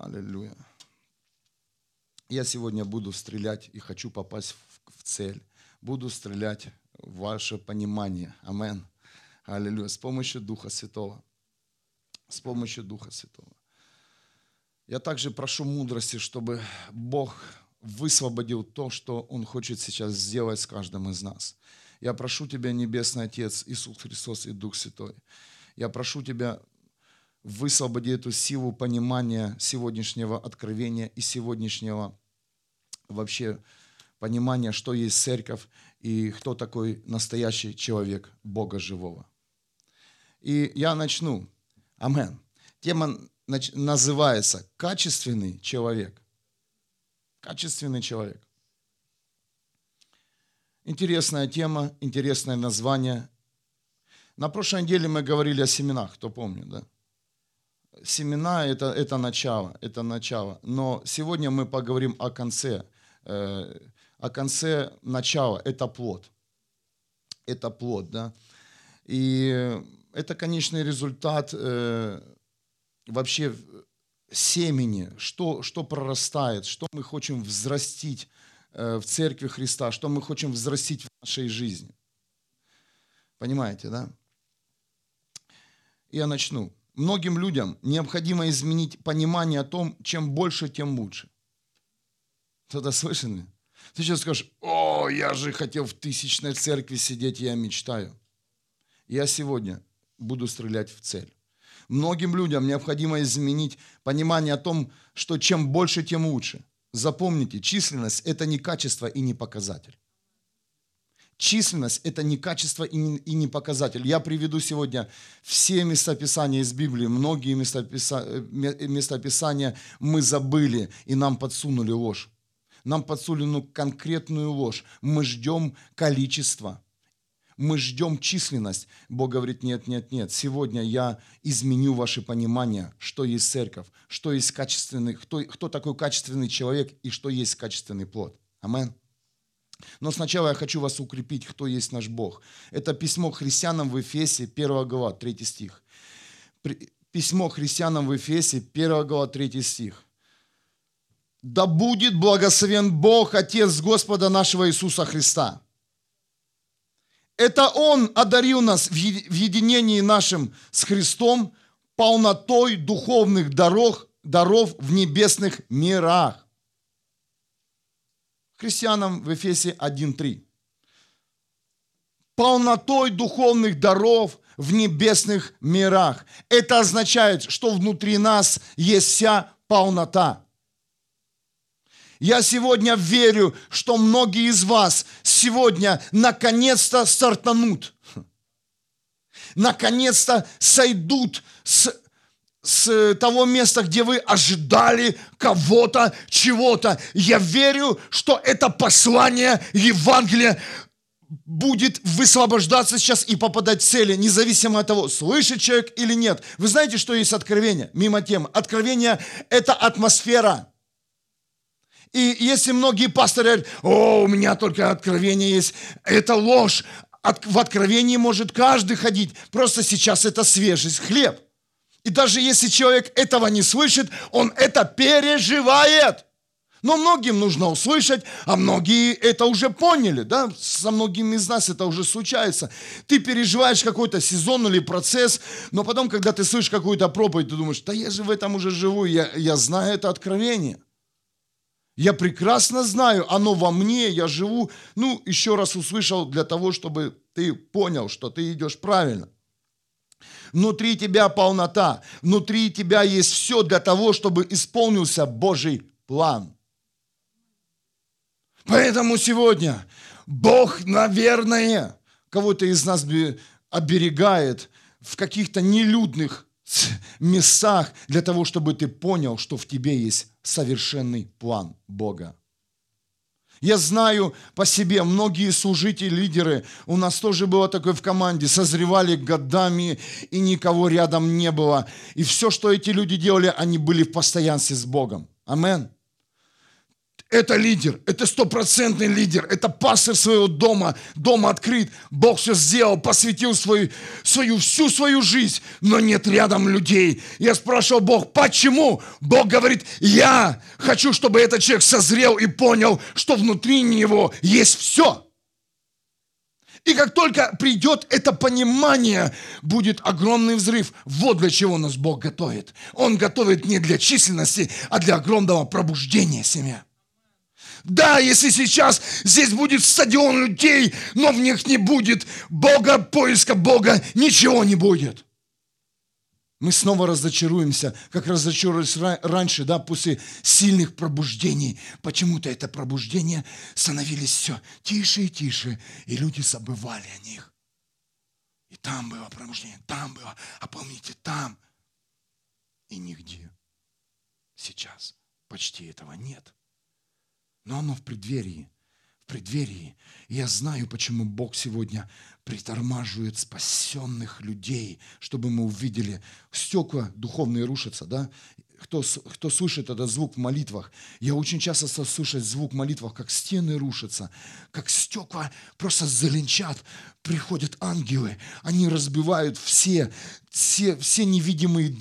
Аллилуйя. Я сегодня буду стрелять и хочу попасть в цель. Буду стрелять в ваше понимание. Амин. Аллилуйя. С помощью Духа Святого. С помощью Духа Святого. Я также прошу мудрости, чтобы Бог высвободил то, что Он хочет сейчас сделать с каждым из нас. Я прошу Тебя, Небесный Отец, Иисус Христос и Дух Святой. Я прошу Тебя, высвободи эту силу понимания сегодняшнего откровения и сегодняшнего вообще понимания, что есть церковь и кто такой настоящий человек Бога живого. И я начну. Амин. Тема называется «Качественный человек». Качественный человек. Интересная тема, интересное название. На прошлой неделе мы говорили о семенах, кто помнит, да? Семена – это начало. Но сегодня мы поговорим о конце. О конце начала – это плод. Это плод, да? И это конечный результат вообще семени, что прорастает, что мы хотим взрастить в Церкви Христа, что мы хотим взрастить в нашей жизни. Понимаете, да? Я начну. Многим людям необходимо изменить понимание о том, чем больше, тем лучше. Кто-то слышит меня? Ты сейчас скажешь: о, я же хотел в 1000-й церкви сидеть, я мечтаю. Я сегодня буду стрелять в цель. Многим людям необходимо изменить понимание о том, что чем больше, тем лучше. Запомните, численность – это не качество и не показатель. Численность – это не качество и не показатель. Я приведу сегодня все местописания из Библии. Многие местописания мы забыли, и нам подсунули ложь. Нам подсунули конкретную ложь. Мы ждем количество. Мы ждем численность. Бог говорит: нет. Сегодня я изменю ваше понимание, что есть церковь, что есть качественный, кто такой качественный человек и что есть качественный плод. Амин. Но сначала я хочу вас укрепить, кто есть наш Бог. Это письмо христианам в Ефесе, 1 глава, 3 стих. Письмо христианам в Ефесе, 1 глава, 3 стих. «Да будет благословен Бог, Отец Господа нашего Иисуса Христа». Это Он одарил нас в единении нашим с Христом полнотой духовных даров в небесных мирах. Христианам в Ефесе 1:3. Полнотой духовных даров в небесных мирах. Это означает, что внутри нас есть вся полнота. Я сегодня верю, что многие из вас сегодня наконец-то стартанут. Наконец-то сойдут с того места, где вы ожидали кого-то, чего-то. Я верю, что это послание Евангелия будет высвобождаться сейчас и попадать в цели, независимо от того, слышит человек или нет. Вы знаете, что есть откровение? Мимо темы. Откровение – это атмосфера. И если многие пасторы говорят: о, у меня только откровение есть, это ложь. В откровении может каждый ходить. Просто сейчас это свежий хлеб. И даже если человек этого не слышит, он это переживает. Но многим нужно услышать, а многие это уже поняли. Да? Со многими из нас это уже случается. Ты переживаешь какой-то сезон или процесс, но потом, когда ты слышишь какую-то проповедь, ты думаешь: да я же в этом уже живу, я знаю это откровение. Я прекрасно знаю, оно во мне, я живу. Еще раз услышал для того, чтобы ты понял, что ты идешь правильно. Внутри тебя полнота, внутри тебя есть все для того, чтобы исполнился Божий план. Поэтому сегодня Бог, наверное, кого-то из нас оберегает в каких-то нелюдных местах для того, чтобы ты понял, что в тебе есть совершенный план Бога. Я знаю по себе, многие служители, лидеры, у нас тоже было такое в команде, созревали годами, и никого рядом не было. И все, что эти люди делали, они были в постоянстве с Богом. Амин. Это лидер, это стопроцентный лидер, это пастырь своего дома, дом открыт, Бог все сделал, посвятил всю свою жизнь, но нет рядом людей. Я спрашивал Бог, почему? Бог говорит, я хочу, чтобы этот человек созрел и понял, что внутри него есть все. И как только придет это понимание, будет огромный взрыв. Вот для чего нас Бог готовит. Он готовит не для численности, а для огромного пробуждения семья. Да, если сейчас здесь будет стадион людей, но в них не будет Бога, поиска Бога, ничего не будет. Мы снова разочаруемся, как разочаровались раньше, да, после сильных пробуждений. Почему-то это пробуждение становились все тише и тише, и люди забывали о них. И там было пробуждение, там было, а помните, там. И нигде сейчас почти этого нет. Но оно в преддверии. В преддверии. И я знаю, почему Бог сегодня притормаживает спасенных людей, чтобы мы увидели. Стекла духовные рушатся, да? Кто слышит этот звук в молитвах? Я очень часто слышу звук в молитвах, как стены рушатся, как стекла просто заленчат. Приходят ангелы, они разбивают все невидимые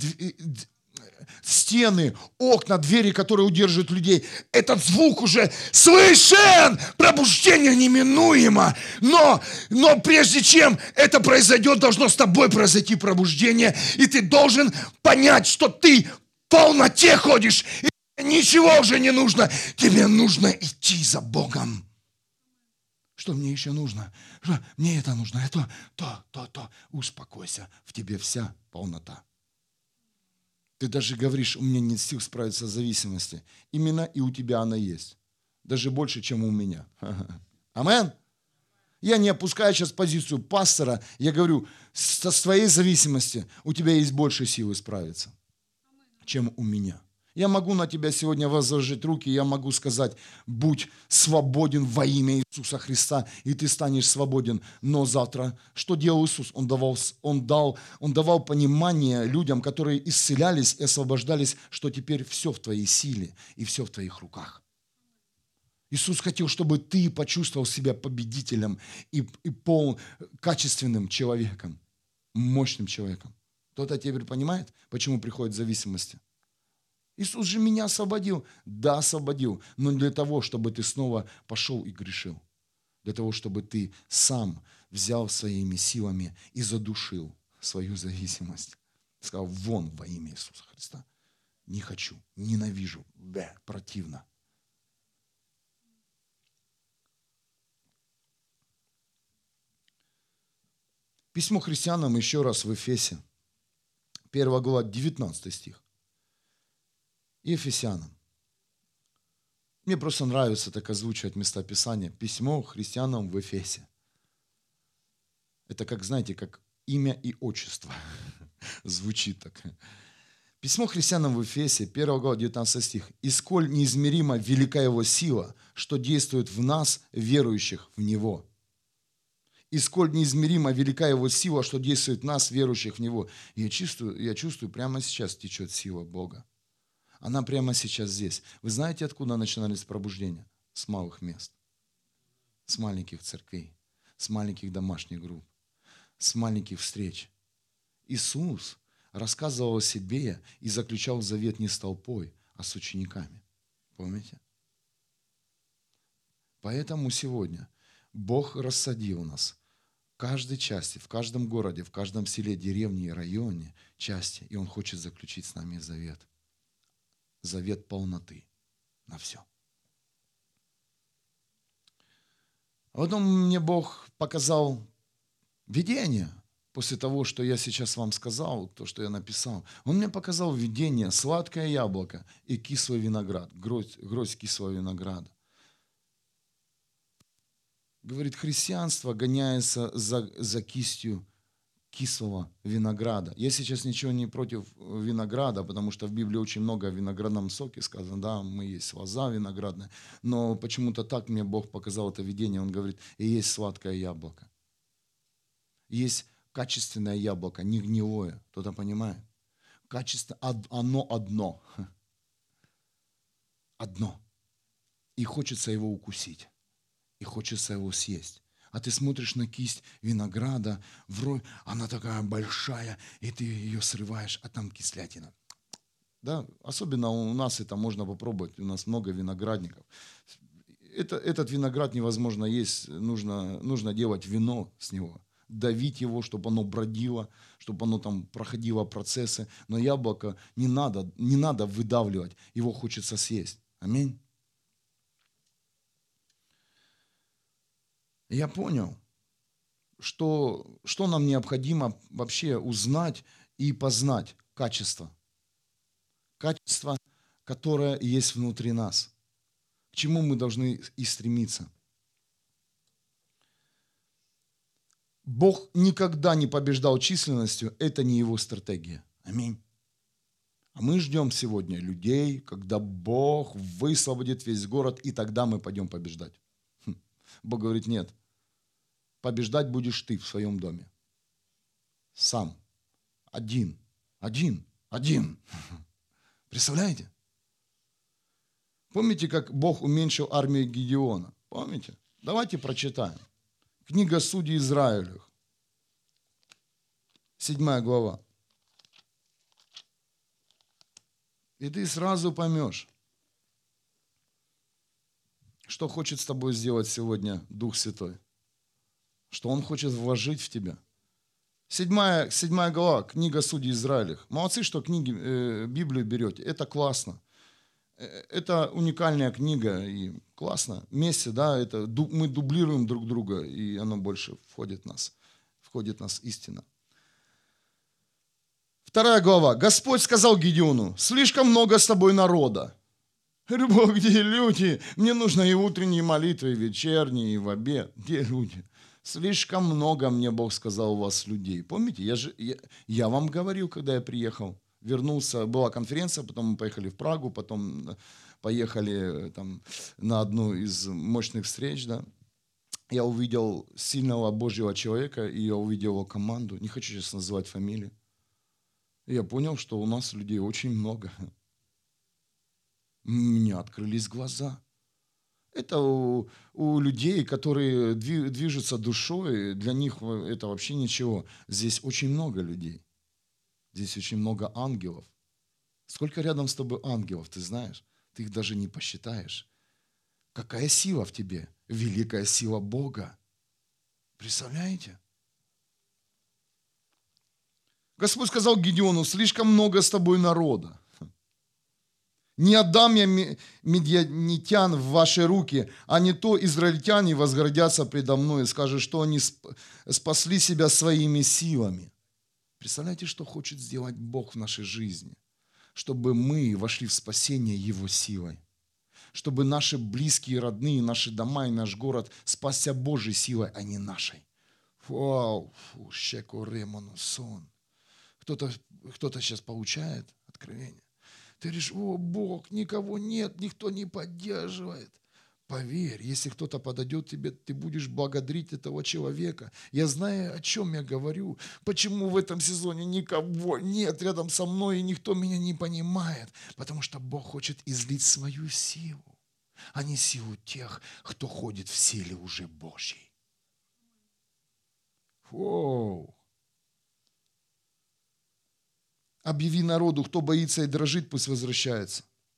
стены, окна, двери, которые удерживают людей. Этот звук уже слышен! Пробуждение неминуемо. Но прежде чем это произойдет, должно с тобой произойти пробуждение. И ты должен понять, что ты в полноте ходишь. И ничего уже не нужно. Тебе нужно идти за Богом. Что мне еще нужно? Мне это нужно. Это то. Успокойся. В тебе вся полнота. Ты даже говоришь, у меня нет сил справиться с зависимостью. Именно и у тебя она есть. Даже больше, чем у меня. Амен. Я не опускаю сейчас позицию пастора. Я говорю, со своей зависимости у тебя есть больше силы справиться, чем у меня. Я могу на тебя сегодня возложить руки, я могу сказать, будь свободен во имя Иисуса Христа, и ты станешь свободен. Но завтра, что делал Иисус? Он давал понимание людям, которые исцелялись и освобождались, что теперь все в твоей силе и все в твоих руках. Иисус хотел, чтобы ты почувствовал себя победителем и качественным человеком, мощным человеком. Кто-то теперь понимает, почему приходят зависимости? Иисус же меня освободил. Да, освободил. Но для того, чтобы ты снова пошел и грешил. Для того, чтобы ты сам взял своими силами и задушил свою зависимость. Сказал, вон во имя Иисуса Христа. Не хочу, ненавижу, противно. Письмо христианам еще раз в Ефесе. 1 глава, 19 стих. И Ефесянам. Мне просто нравится так озвучивать места Писания. Письмо христианам в Ефесе. Это как, знаете, как имя и отчество. Звучит так. Письмо христианам в Ефесе, 1 глава, 19 стих. «И сколь неизмеримо велика его сила, что действует в нас, верующих в Него». И сколь неизмеримо велика его сила, что действует в нас, верующих в Него. Я чувствую, прямо сейчас течет сила Бога. Она прямо сейчас здесь. Вы знаете, откуда начинались пробуждения? С малых мест. С маленьких церквей. С маленьких домашних групп. С маленьких встреч. Иисус рассказывал о себе и заключал завет не с толпой, а с учениками. Помните? Поэтому сегодня Бог рассадил нас в каждой части, в каждом городе, в каждом селе, деревне и районе части. И Он хочет заключить с нами завет. Завет полноты на все. А потом мне Бог показал видение после того, что я сейчас вам сказал, то, что я написал. Он мне показал видение: сладкое яблоко и кислый виноград, гроздь кислого винограда. Говорит, христианство гоняется за кистью кислого винограда. Я сейчас ничего не против винограда, потому что в Библии очень много о виноградном соке сказано. Да, мы есть лоза виноградная. Но почему-то так мне Бог показал это видение. Он говорит, и есть сладкое яблоко. Есть качественное яблоко, не гнилое. Кто-то понимает? Качество, оно одно. Одно. и хочется его укусить, и хочется его съесть. А ты смотришь на кисть винограда, она такая большая, и ты ее срываешь, а там кислятина. Да? Особенно у нас это можно попробовать, у нас много виноградников. Этот виноград невозможно есть, нужно делать вино с него, давить его, чтобы оно бродило, чтобы оно там проходило процессы. Но яблоко не надо выдавливать, его хочется съесть. Аминь. Я понял, что нам необходимо вообще узнать и познать качество. Качество, которое есть внутри нас. К чему мы должны и стремиться. Бог никогда не побеждал численностью, это не его стратегия. Аминь. А мы ждем сегодня людей, когда Бог высвободит весь город, и тогда мы пойдем побеждать. Бог говорит, нет, побеждать будешь ты в своем доме. Сам. Один. Представляете? Помните, как Бог уменьшил армию Гедеона? Помните? Давайте прочитаем. Книга Судей Израилевых. 7 глава. И ты сразу поймешь, что хочет с тобой сделать сегодня Дух Святой. Что Он хочет вложить в тебя. 7 глава, книга Судей Израилевых. Молодцы, что Библию берете. Это классно. Это уникальная книга, и классно. Вместе, да, мы дублируем друг друга, и оно больше входит в нас истина. 2 глава. Господь сказал Гедеону, слишком много с тобой народа. Бог, где люди? Мне нужно и утренние молитвы, и вечерние, и в обед. Где люди? Слишком много, мне Бог сказал, у вас людей. Помните, я вам говорил, когда я приехал, вернулся, была конференция, потом мы поехали в Прагу, потом поехали там, на одну из мощных встреч. Да. Я увидел сильного Божьего человека, и я увидел его команду. Не хочу сейчас называть фамилии. И я понял, что у нас людей очень много. У меня открылись глаза. Это у людей, которые движутся душой, для них это вообще ничего. Здесь очень много людей. Здесь очень много ангелов. Сколько рядом с тобой ангелов, ты знаешь? Ты их даже не посчитаешь. Какая сила в тебе? Великая сила Бога. Представляете? Господь сказал Гедеону, слишком много с тобой народа. Не отдам я медианитян в ваши руки, а не то израильтяне возгордятся предо мной и скажут, что они спасли себя своими силами. Представляете, что хочет сделать Бог в нашей жизни? Чтобы мы вошли в спасение Его силой. Чтобы наши близкие, родные, наши дома и наш город спасся Божьей силой, а не нашей. Кто-то сейчас получает откровение. Ты говоришь, о, Бог, никого нет, никто не поддерживает. Поверь, если кто-то подойдет к тебе, ты будешь благодарить этого человека. Я знаю, о чем я говорю. Почему в этом сезоне никого нет рядом со мной, и никто меня не понимает. Потому что Бог хочет излить свою силу, а не силу тех, кто ходит в силе уже Божьей. Воу. Объяви народу, кто боится и дрожит, пусть возвращается.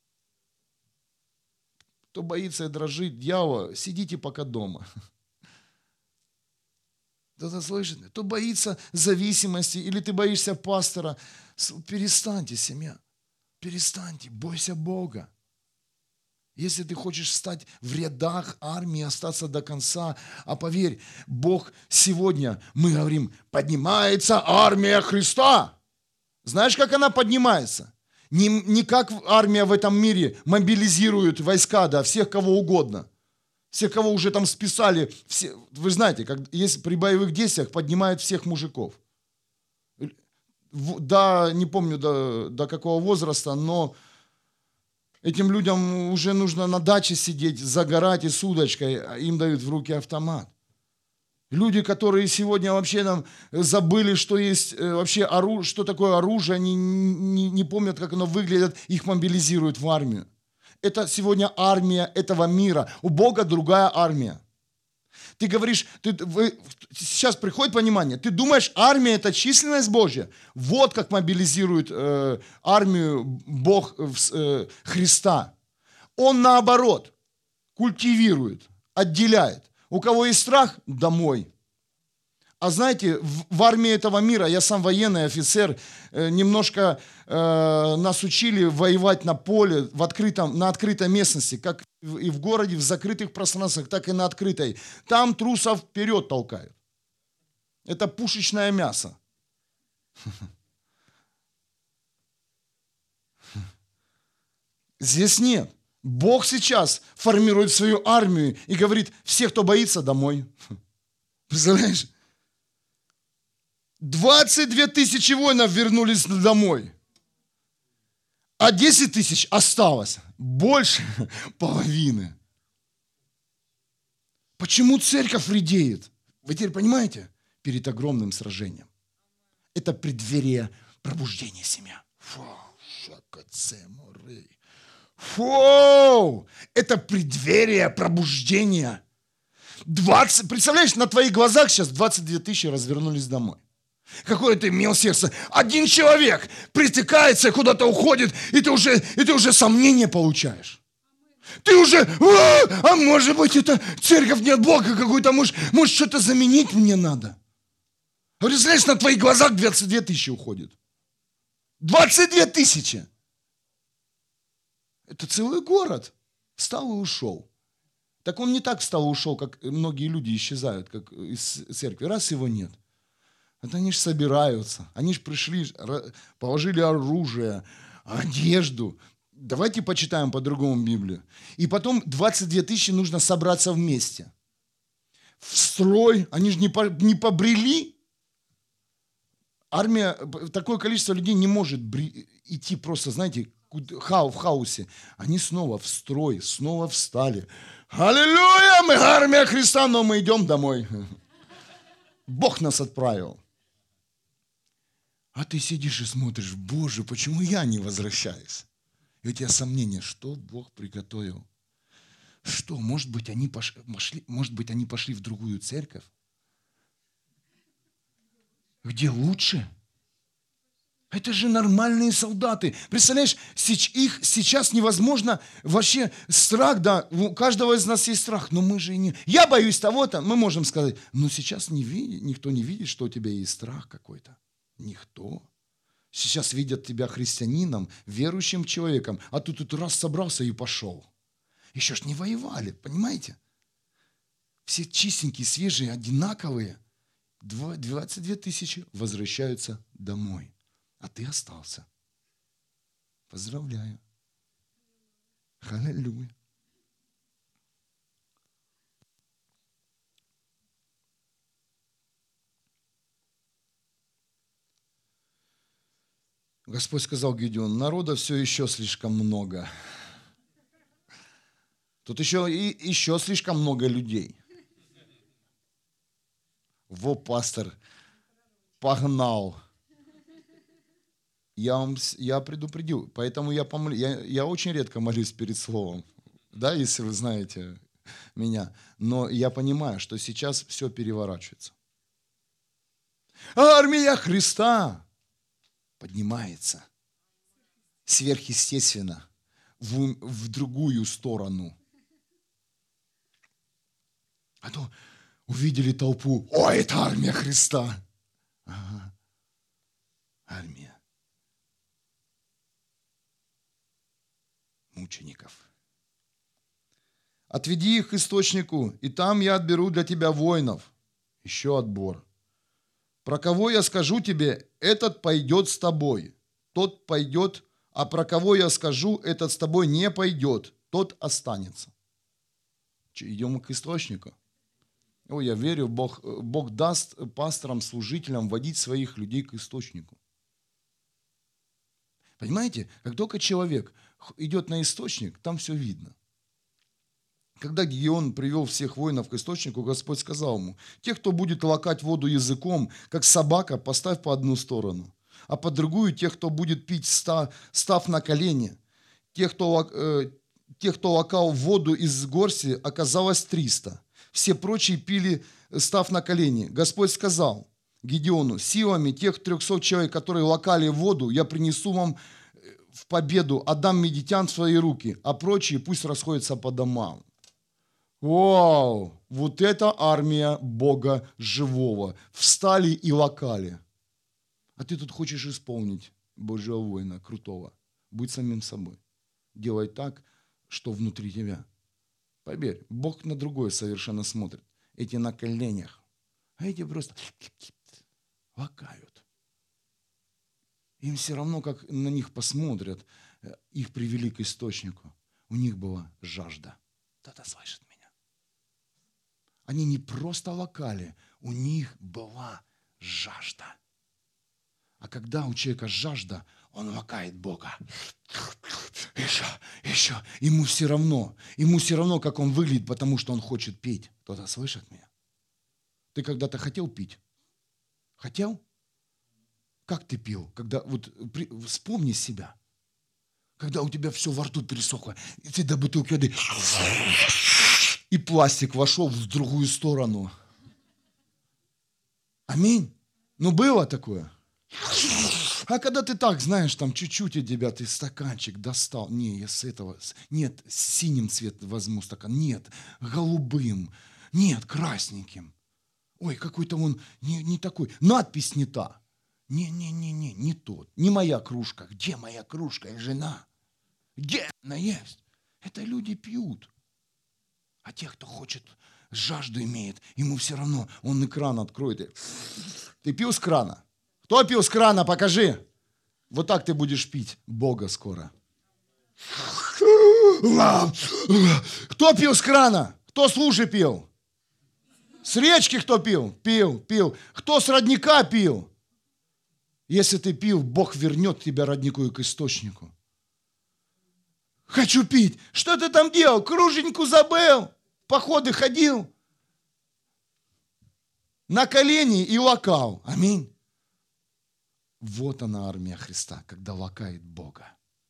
Кто боится и дрожит, дьявол, сидите пока дома. Кто-то слышит? Кто боится зависимости, или ты боишься пастора, перестаньте, семья. Перестаньте, бойся Бога. Если ты хочешь стать в рядах армии, остаться до конца, а поверь, Бог сегодня, мы говорим, поднимается армия Христа. Знаешь, как она поднимается? Не как армия в этом мире мобилизирует войска, да, всех кого угодно. Всех, кого уже там списали. Вы знаете, как есть при боевых действиях поднимают всех мужиков. Да, не помню до какого возраста, но этим людям уже нужно на даче сидеть, загорать и с удочкой, а им дают в руки автомат. Люди, которые сегодня вообще нам забыли, что есть вообще что такое оружие, они не помнят, как оно выглядит, их мобилизируют в армию. это сегодня армия этого мира. У Бога другая армия. Ты говоришь, сейчас приходит понимание, ты думаешь, армия – это численность Божья? Вот как мобилизирует армию Бог Христа. Он наоборот культивирует, отделяет. У кого есть страх – домой. А знаете, в армии этого мира, я сам военный офицер, немножко нас учили воевать на поле, на открытой местности, как и в городе, в закрытых пространствах, так и на открытой. Там трусов вперед толкают. Это пушечное мясо. Здесь нет. Бог сейчас формирует свою армию и говорит, все, кто боится, домой. Представляешь? 22 тысячи воинов вернулись домой, а 10 тысяч осталось. Больше половины. Почему церковь редеет? Вы теперь понимаете? Перед огромным сражением. Это преддверие пробуждения семьи. Фу! Это преддверие пробуждения. Представляешь, на твоих глазах сейчас 22 тысячи развернулись домой. Какое ты имел сердце? Один человек притыкается, куда-то уходит, и ты уже сомнения получаешь. Ты уже, а может быть, это церковь не от Бога какой-то, может что-то заменить мне надо. Представляешь, на твоих глазах 22 тысячи уходит. 22 тысячи. Это целый город. Встал и ушел. Так он не так встал и ушел, как многие люди исчезают, как из церкви. Раз его нет. Это они же собираются. Они же пришли, положили оружие, одежду. Давайте почитаем по-другому Библию. И потом 22 тысячи нужно собраться вместе. В строй. Они же не побрели. Армия, такое количество людей не может идти просто, знаете, в хаосе. Они снова в строй, снова встали. Аллилуйя, мы армия Христа, но мы идем домой. Бог нас отправил. А ты сидишь и смотришь, Боже, почему я не возвращаюсь? И у тебя сомнения, что Бог приготовил? Что, может быть, они пошли в другую церковь? Где лучше? Это же нормальные солдаты. Представляешь, их сейчас невозможно, вообще страх, да, у каждого из нас есть страх, но мы же не... Я боюсь того-то, мы можем сказать, но сейчас никто не видит, что у тебя есть страх какой-то. Никто. Сейчас видят тебя христианином, верующим человеком, а тут раз собрался и пошел. Еще ж не воевали, понимаете? Все чистенькие, свежие, одинаковые. 22 тысячи возвращаются домой. А ты остался. Поздравляю. Аллилуйя. Господь сказал Гедеону, народа все еще слишком много. Тут еще слишком много людей. Пастор, погнал. Я предупредил, поэтому я очень редко молюсь перед словом, да, если вы знаете меня. Но я понимаю, что сейчас все переворачивается. Армия Христа поднимается сверхъестественно в другую сторону. А то увидели толпу. О, это армия Христа. Ага. Армия мучеников. Отведи их к источнику, и там я отберу для тебя воинов. Еще отбор. Про кого я скажу тебе, этот пойдет с тобой. Тот пойдет, а про кого я скажу, этот с тобой не пойдет. Тот останется. Идем к источнику. Я верю, Бог даст пасторам, служителям водить своих людей к источнику. Понимаете, как только человек идет на источник, там все видно. Когда Гедеон привел всех воинов к источнику, Господь сказал ему, тех, кто будет лакать воду языком, как собака, поставь по одну сторону, а по другую тех, кто будет пить, став на колени, тех, кто тех, кто лакал воду из горсти, оказалось 300. Все прочие пили, став на колени. Господь сказал Гедеону: силами тех 300 человек, которые лакали воду, я принесу вам в победу, отдам медитян в свои руки, а прочие пусть расходятся по домам. Вау! Вот это армия Бога живого. Встали и лакали. А ты тут хочешь исполнить Божьего воина, крутого. Будь самим собой. Делай так, что внутри тебя. Поверь, Бог на другое совершенно смотрит. Эти на коленях, а эти просто лакают. Им все равно, как на них посмотрят, их привели к источнику. У них была жажда. Кто-то слышит меня? Они не просто лакали, у них была жажда. А когда у человека жажда, он лакает Бога. Еще. Ему все равно, как он выглядит, потому что он хочет петь. Кто-то слышит меня? Ты когда-то хотел пить? Хотел? Как ты пил? Вспомни себя. Когда у тебя все во рту пересохло, и ты до бутылки воды, и пластик вошел в другую сторону. Аминь. Ну, было такое. А когда ты так, знаешь, там чуть-чуть от тебя, ты стаканчик достал. Не, я с этого, нет, синим цвет возьму стакан. Нет, голубым. Нет, красненьким. Ой, какой-то он не такой. Надпись не та. Не тот. Не моя кружка. Где моя кружка и жена? Где она есть? Это люди пьют. А те, кто хочет, жажду имеет, ему все равно, он экран откроет. Ты пил с крана? Кто пил с крана? Покажи. Вот так ты будешь пить Бога скоро. Кто пил с крана? Кто с лужи пил? С речки кто пил? Пил. Кто с родника пил? Если ты пил, Бог вернет тебя роднику к источнику. Хочу пить. Что ты там делал? Круженьку забыл? В походы ходил? На колени и лакал. Аминь. Вот она, армия Христа, когда лакает Бога.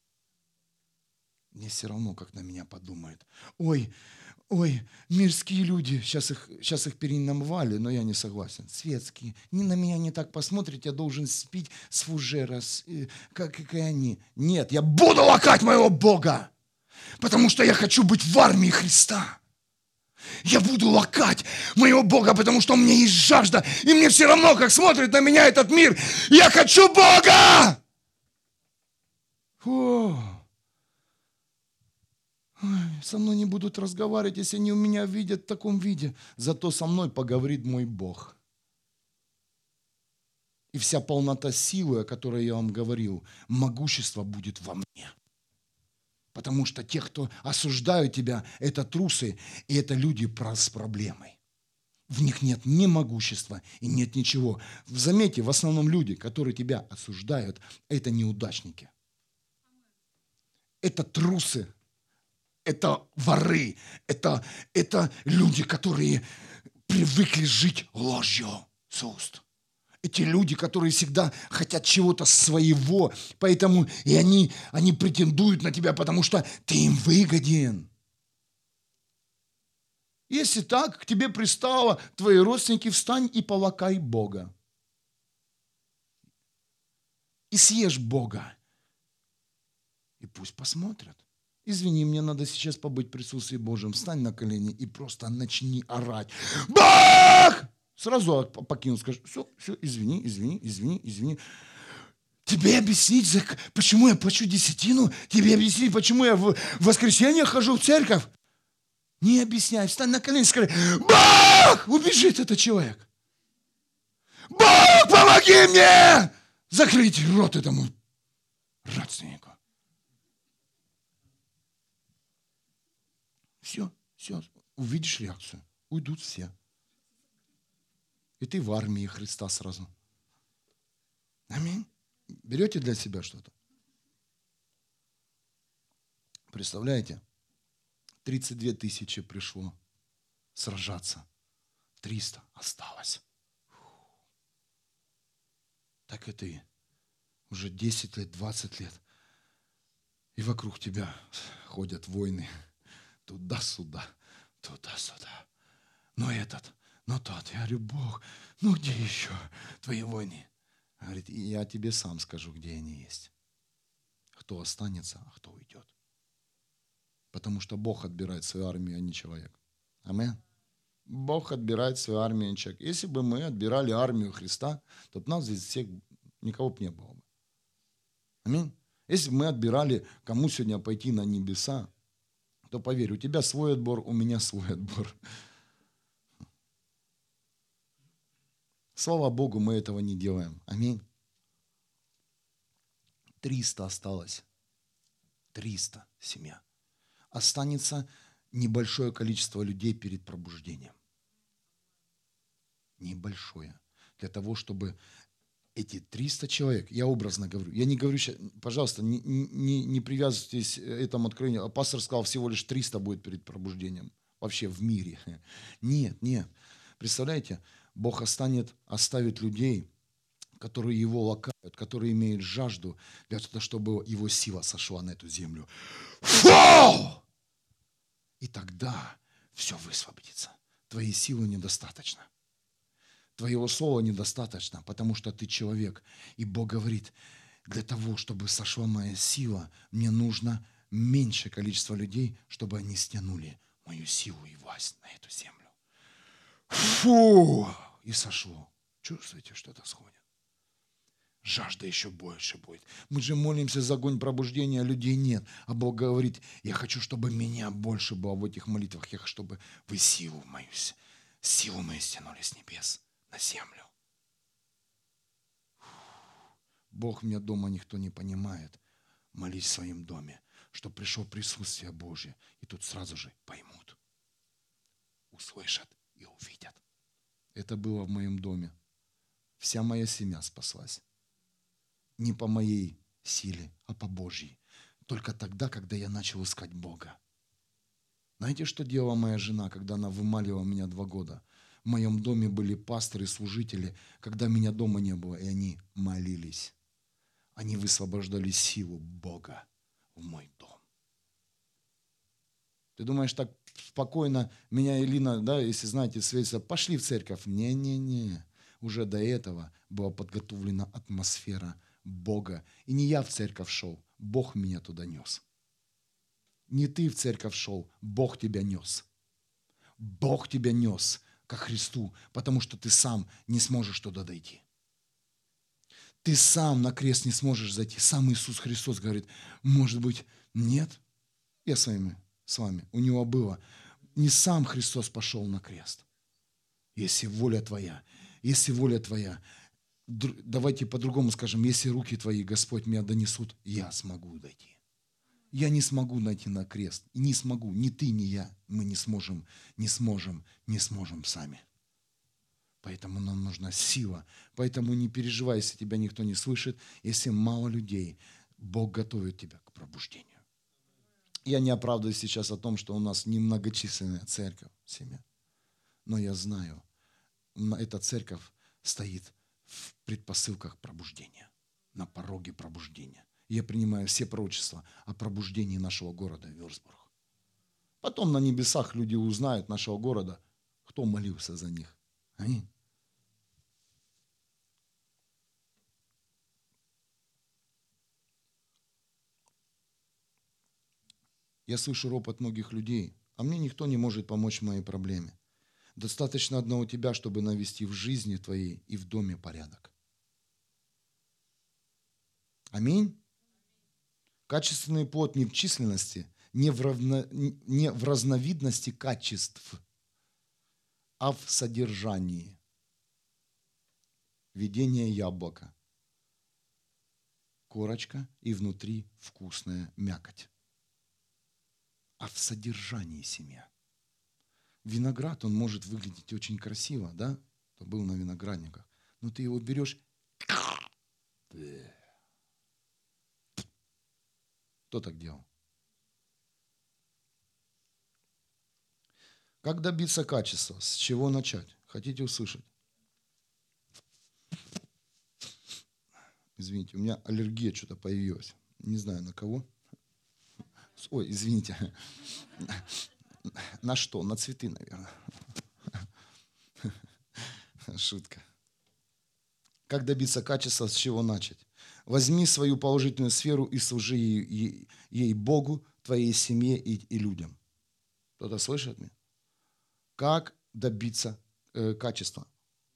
Мне все равно, как на меня подумают. Ой, мирские люди, сейчас их перенамывали, но я не согласен. Светские, на меня не так посмотрят, я должен спить с фужера, как и они. Нет, я буду лакать моего Бога, потому что я хочу быть в армии Христа. Я буду лакать моего Бога, потому что у меня есть жажда, и мне все равно, как смотрит на меня этот мир. Я хочу Бога! Со мной не будут разговаривать, если они у меня видят в таком виде. Зато со мной поговорит мой Бог. И вся полнота силы, о которой я вам говорил, могущество будет во мне. Потому что те, кто осуждают тебя, это трусы, и это люди с проблемой. В них нет ни могущества и нет ничего. Заметьте, в основном люди, которые тебя осуждают, это неудачники. Это трусы. Это воры, это люди, которые привыкли жить ложью с уст. Эти люди, которые всегда хотят чего-то своего, поэтому и они претендуют на тебя, потому что ты им выгоден. Если так, к тебе пристало, твои родственники, встань и полакай Бога. И съешь Бога. И пусть посмотрят. Извини, мне надо сейчас побыть в присутствии Божьем. Встань на колени и просто начни орать. Бог! Сразу покинул, скажи, все, извини. Тебе объяснить, почему я плачу десятину? Тебе объяснить, почему я в воскресенье хожу в церковь? Не объясняй, встань на колени и скажи, Бог! Убежит этот человек. Бог, помоги мне! Закрыть рот этому родственнику. Все, увидишь реакцию, уйдут все. И ты в армии Христа сразу. Аминь. Берете для себя что-то? Представляете? 32 тысячи пришло сражаться. 300 осталось. Так и ты. Уже 10 лет, 20 лет. И вокруг тебя ходят войны туда-сюда, туда-сюда. Но этот, но тот. Я говорю, Бог, ну где еще твои войны? Говорит, и я тебе сам скажу, где они есть. Кто останется, а кто уйдет. Потому что Бог отбирает свою армию, а не человек. Аминь. Бог отбирает свою армию, а не человек. Если бы мы отбирали армию Христа, то нас здесь всех никого бы не было бы. Аминь. Если бы мы отбирали, кому сегодня пойти на небеса, то поверь, у тебя свой отбор, у меня свой отбор. Слава Богу, мы этого не делаем. Аминь. 300 осталось. 300 семья. Останется небольшое количество людей перед пробуждением. Небольшое. Для того, чтобы эти 300 человек, я образно говорю, я не говорю сейчас, пожалуйста, не привязывайтесь к этому откровению. Пастор сказал, всего лишь 300 будет перед пробуждением. Вообще в мире. Нет, нет. Представляете, Бог оставит людей, которые его лакают, которые имеют жажду, для того, чтобы его сила сошла на эту землю. Фу! И тогда все высвободится. Твоей силы недостаточно. Твоего слова недостаточно, потому что ты человек. И Бог говорит, для того, чтобы сошла моя сила, мне нужно меньшее количество людей, чтобы они стянули мою силу и власть на эту землю. Фу! И сошло. Чувствуете, что это сходит? Жажда еще больше будет. Мы же молимся за огонь пробуждения, а людей нет. А Бог говорит, я хочу, чтобы меня больше было в этих молитвах. Я хочу, чтобы вы силу мою стянули с небес на землю. Бог меня дома никто не понимает. Молись в своем доме, чтобы пришло присутствие Божье. И тут сразу же поймут, услышат и увидят. Это было в моем доме. Вся моя семья спаслась. Не по моей силе, а по Божьей. Только тогда, когда я начал искать Бога. Знаете, что делала моя жена, когда она вымаливала меня 2 года? В моем доме были пасторы, служители, когда меня дома не было, и они молились. Они высвобождали силу Бога в мой дом. Ты думаешь, так спокойно меня и Лина, да, если знаете, светится, пошли в церковь. Не-не-не. Уже до этого была подготовлена атмосфера Бога. И не я в церковь шел, Бог меня туда нес. Не ты в церковь шел, Бог тебя нес. Бог тебя нес ко Христу, потому что ты сам не сможешь туда дойти. Ты сам на крест не сможешь зайти. Сам Иисус Христос говорит, может быть, нет? Я с вами. У него было. Не сам Христос пошел на крест. Если воля твоя, давайте по-другому скажем, если руки твои, Господь, меня донесут, я смогу дойти. Я не смогу найти на крест. И не смогу, ни ты, ни я. Мы не сможем сами. Поэтому нам нужна сила. Поэтому не переживай, если тебя никто не слышит, если мало людей. Бог готовит тебя к пробуждению. Я не оправдываюсь сейчас о том, что у нас немногочисленная церковь, семья. Но я знаю, эта церковь стоит в предпосылках пробуждения, на пороге пробуждения. Я принимаю все пророчества о пробуждении нашего города Вюрцбург. Потом на небесах люди узнают нашего города, кто молился за них. Аминь. Я слышу ропот многих людей, а мне никто не может помочь в моей проблеме. Достаточно одного тебя, чтобы навести в жизни твоей и в доме порядок. Аминь. Качественный плод не в численности, не в разновидности качеств, а в содержании. Видение яблока. Корочка и внутри вкусная мякоть. А в содержании семья. Виноград, он может выглядеть очень красиво, да? Кто был на виноградниках. Но ты его берешь. Кто так делал? Как добиться качества? С чего начать? Хотите услышать? Извините, у меня аллергия что-то появилась. Не знаю на кого. Ой, извините. На что? На цветы, наверное. Шутка. Как добиться качества, с чего начать? Возьми свою положительную сферу и служи ей Богу, твоей семье и людям. Кто-то слышит меня? Как добиться качества?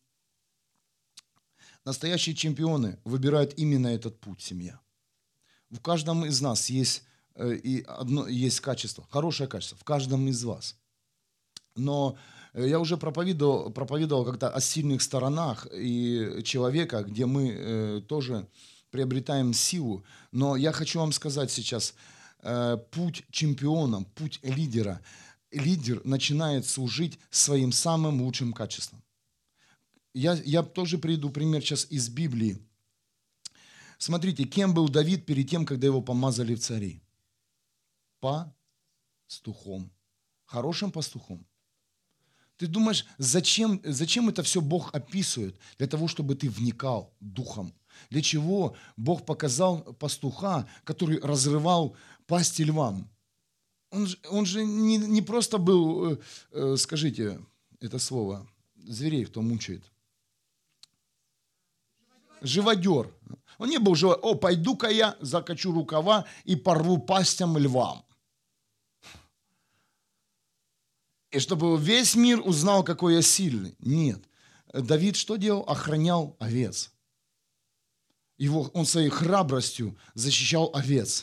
Настоящие чемпионы выбирают именно этот путь, семья. В каждом из нас есть есть качество, хорошее качество, в каждом из вас. Но я уже проповедовал как-то о сильных сторонах и человека, где мы тоже приобретаем силу. Но я хочу вам сказать сейчас, путь чемпиона, путь лидера. Лидер начинает служить своим самым лучшим качеством. Я тоже приведу пример сейчас из Библии. Смотрите, кем был Давид перед тем, когда его помазали в цари? Пастухом. Хорошим пастухом. Ты думаешь, зачем это все Бог описывает? Для того, чтобы ты вникал духом. Для чего Бог показал пастуха, который разрывал пасти львам? Он же не просто был, скажите это слово, зверей, кто мучает. Живодер. Он не был живодер. Пойду-ка я, закачу рукава и порву пастям львам. И чтобы весь мир узнал, какой я сильный. Нет. Давид что делал? Охранял овец. Он своей храбростью защищал овец.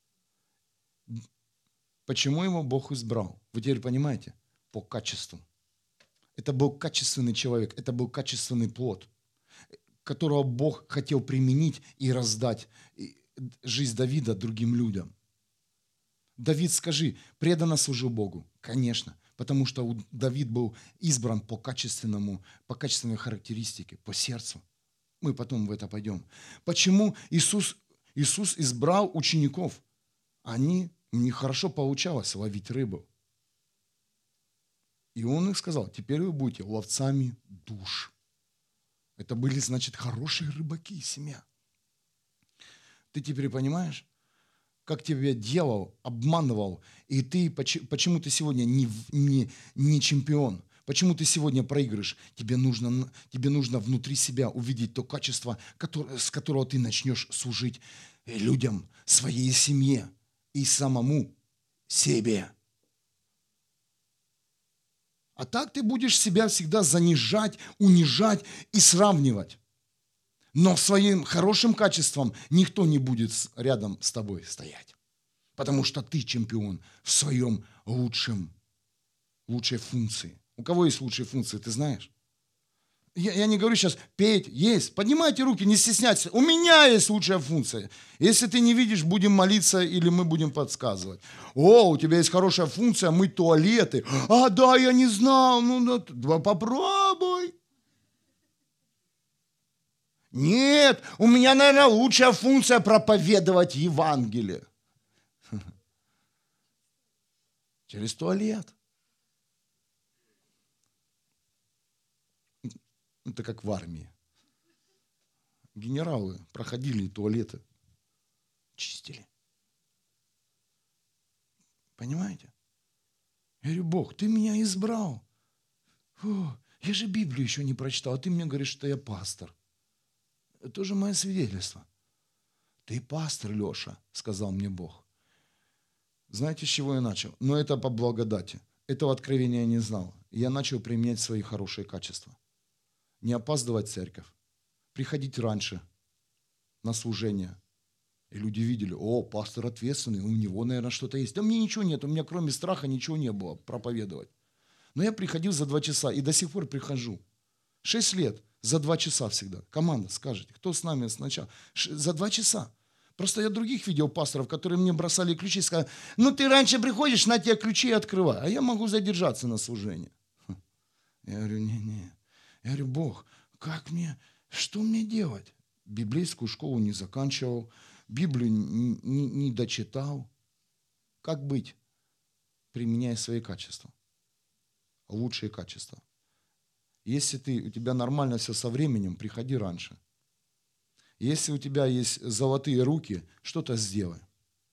Почему его Бог избрал? Вы теперь понимаете? По качеству. Это был качественный человек, это был качественный плод, которого Бог хотел применить и раздать жизнь Давида другим людям. Давид, скажи, преданно служил Богу? Конечно, потому что Давид был избран по качественной характеристике, по сердцу. Мы потом в это пойдем. Почему Иисус избрал учеников? У них хорошо получалось ловить рыбу. И Он их сказал, теперь вы будете ловцами душ. Это были, значит, хорошие рыбаки, семья. Ты теперь понимаешь, как тебя дьявол обманывал, и почему ты сегодня не чемпион? Почему ты сегодня проигрываешь? Тебе нужно внутри себя увидеть то качество, с которого ты начнешь служить людям, своей семье и самому себе. А так ты будешь себя всегда занижать, унижать и сравнивать. Но своим хорошим качеством никто не будет рядом с тобой стоять. Потому что ты чемпион в своем лучшей функции. У кого есть лучшие функции, ты знаешь? Я не говорю сейчас петь, есть. Поднимайте руки, не стесняйтесь. У меня есть лучшая функция. Если ты не видишь, будем молиться или мы будем подсказывать. У тебя есть хорошая функция мыть туалеты. Да, я не знал. Попробуй. Нет, у меня, наверное, лучшая функция проповедовать Евангелие. Через туалет. Это как в армии. Генералы проходили туалеты, чистили. Понимаете? Я говорю, Бог, ты меня избрал. Я же Библию еще не прочитал, а ты мне говоришь, что я пастор. Это тоже мое свидетельство. Ты пастор, Леша, сказал мне Бог. Знаете, с чего я начал? Но это по благодати. Этого откровения я не знал. Я начал применять свои хорошие качества. Не опаздывать в церковь, приходить раньше на служение. И люди видели, пастор ответственный, у него, наверное, что-то есть. Да мне ничего нет, у меня кроме страха ничего не было проповедовать. Но я приходил за 2 часа и до сих пор прихожу. 6 лет, за 2 часа всегда. Команда, скажете, кто с нами сначала? За 2 часа. Просто я других видел пасторов, которые мне бросали ключи и сказали, ты раньше приходишь, на тебе ключи и открывай, а я могу задержаться на служении. Я говорю, не. Я говорю, Бог, что мне делать? Библейскую школу не заканчивал, Библию не дочитал. Как быть? Применяя свои качества, лучшие качества. Если у тебя нормально все со временем, приходи раньше. Если у тебя есть золотые руки, что-то сделай.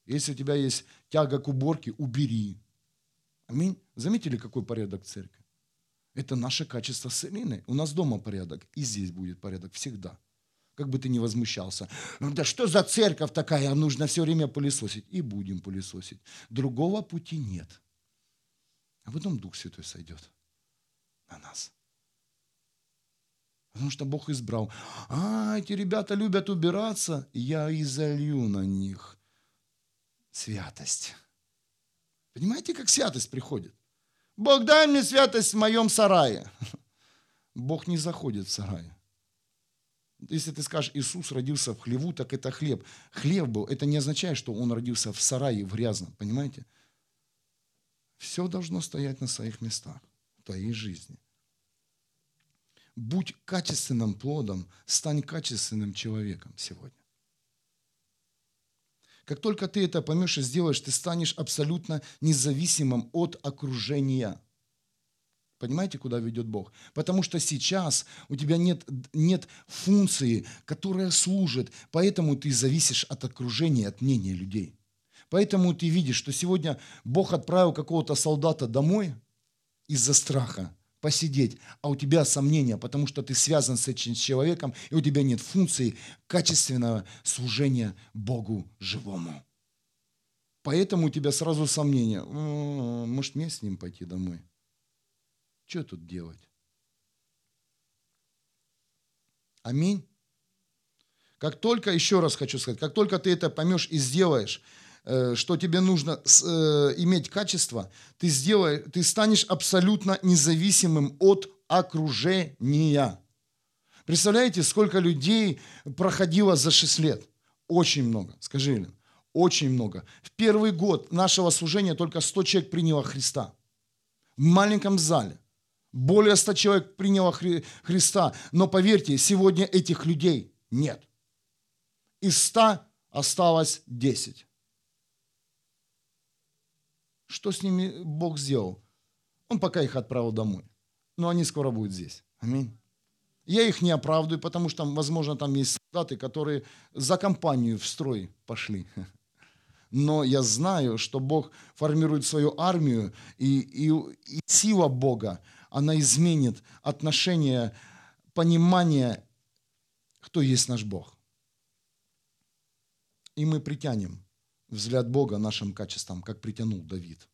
Если у тебя есть тяга к уборке, убери. Аминь. Заметили, какой порядок в церкви? Это наше качество с Ириной. У нас дома порядок, и здесь будет порядок всегда. Как бы ты ни возмущался. Да что за церковь такая, нужно все время пылесосить. И будем пылесосить. Другого пути нет. А потом Дух Святой сойдет на нас. Потому что Бог избрал. Эти ребята любят убираться, я и залью на них святость. Понимаете, как святость приходит? Бог, дай мне святость в моем сарае. Бог не заходит в сарай. Если ты скажешь, Иисус родился в хлеву, так это хлеб. Хлеб был, это не означает, что он родился в сарае, в грязном. Понимаете? Все должно стоять на своих местах в твоей жизни. Будь качественным плодом, стань качественным человеком сегодня. Как только ты это поймешь и сделаешь, ты станешь абсолютно независимым от окружения. Понимаете, куда ведет Бог? Потому что сейчас у тебя нет функции, которая служит, поэтому ты зависишь от окружения, от мнения людей. Поэтому ты видишь, что сегодня Бог отправил какого-то солдата домой из-за страха посидеть, а у тебя сомнения, потому что ты связан с этим человеком, и у тебя нет функции качественного служения Богу живому. Поэтому у тебя сразу сомнения. Может, мне с ним пойти домой? Что тут делать? Аминь. Как только, еще раз хочу сказать, как только ты это поймешь и сделаешь, что тебе нужно иметь качество, ты станешь абсолютно независимым от окружения. Представляете, сколько людей проходило за 6 лет? Очень много. Скажи, Елена, очень много. В первый год нашего служения только 100 человек приняло Христа. В маленьком зале. Более 100 человек приняло Христа. Но поверьте, сегодня этих людей нет. Из 100 осталось 10. Что с ними Бог сделал? Он пока их отправил домой. Но они скоро будут здесь. Аминь. Я их не оправдываю, потому что, возможно, там есть солдаты, которые за компанию в строй пошли. Но я знаю, что Бог формирует свою армию, и сила Бога, она изменит отношение, понимание, кто есть наш Бог. И мы притянем взгляд Бога нашим качествам, как притянул Давид.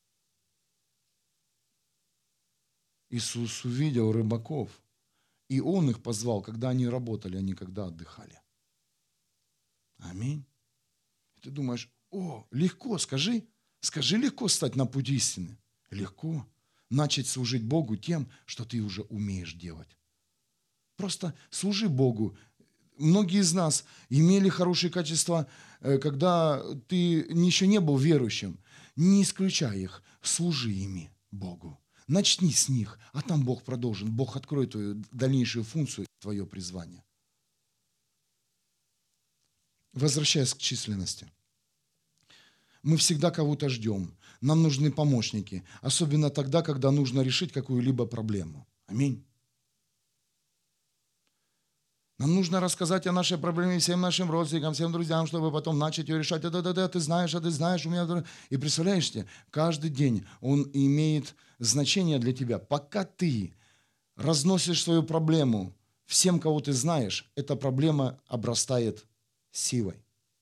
Иисус увидел рыбаков, и Он их позвал, когда они работали, а не когда отдыхали. Аминь. И ты думаешь, легко, скажи легко стать на путь истины. Легко начать служить Богу тем, что ты уже умеешь делать. Просто служи Богу. Многие из нас имели хорошие качества, когда ты еще не был верующим. Не исключай их, служи ими Богу. Начни с них, а там Бог продолжит. Бог откроет твою дальнейшую функцию, твое призвание. Возвращаясь к численности. Мы всегда кого-то ждем. Нам нужны помощники. Особенно тогда, когда нужно решить какую-либо проблему. Аминь. Нам нужно рассказать о нашей проблеме всем нашим родственникам, всем друзьям, чтобы потом начать ее решать. Да, ты знаешь, у меня... И представляешь себе, каждый день он имеет значение для тебя. Пока ты разносишь свою проблему всем, кого ты знаешь, эта проблема обрастает силой.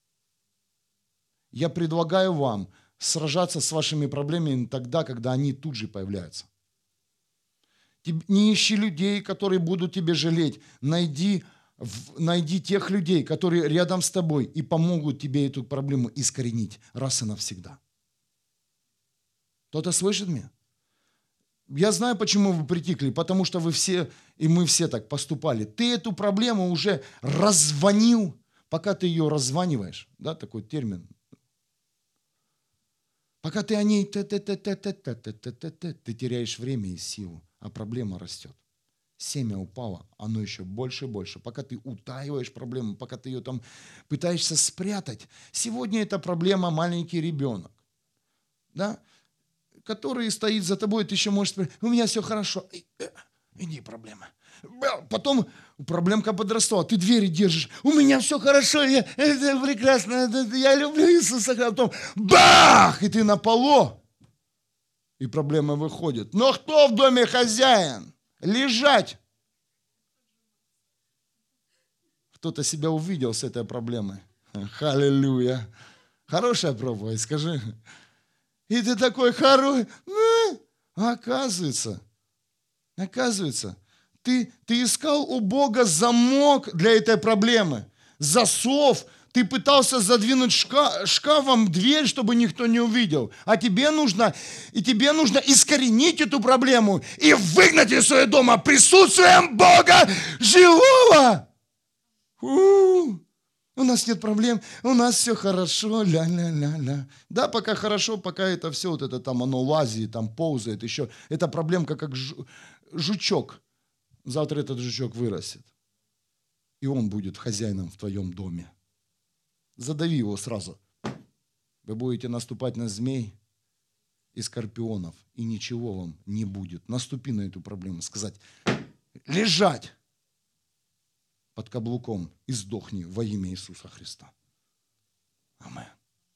Я предлагаю вам сражаться с вашими проблемами тогда, когда они тут же появляются. Не ищи людей, которые будут тебе жалеть. Найди тех людей, которые рядом с тобой и помогут тебе эту проблему искоренить раз и навсегда. Кто-то слышит меня? Я знаю, почему вы притихли, потому что вы все, и мы все так поступали. Ты эту проблему уже раззвонил, пока ты ее раззваниваешь, да, такой термин. Пока ты о ней ты теряешь время и силу, а проблема растет. Семя упало, оно еще больше и больше. Пока ты утаиваешь проблему, пока ты ее там пытаешься спрятать. Сегодня эта проблема маленький ребенок, да, который стоит за тобой, ты еще можешь сказать, у меня все хорошо. Иди, проблема. Потом проблемка подрастала. Ты двери держишь. У меня все хорошо, это прекрасно, я люблю Иисуса. А потом бах! И ты на полу. И проблема выходит. Но кто в доме хозяин? Лежать. Кто-то себя увидел с этой проблемой. Аллилуйя. Хорошая проповедь, скажи. И ты такой хороший. Оказывается, ты искал у Бога замок для этой проблемы. Засов. Ты пытался задвинуть шкафом дверь, чтобы никто не увидел. А тебе нужно искоренить эту проблему и выгнать из своего дома присутствием Бога живого. У нас нет проблем, у нас все хорошо, ля-ля-ля-ля. Да, пока хорошо, пока это все, вот это там оно лазит, там ползает еще. Эта проблемка как жучок. Завтра этот жучок вырастет. И он будет хозяином в твоем доме. Задави его сразу. Вы будете наступать на змей и скорпионов, и ничего вам не будет. Наступи на эту проблему, сказать, лежать под каблуком и сдохни во имя Иисуса Христа. Аминь.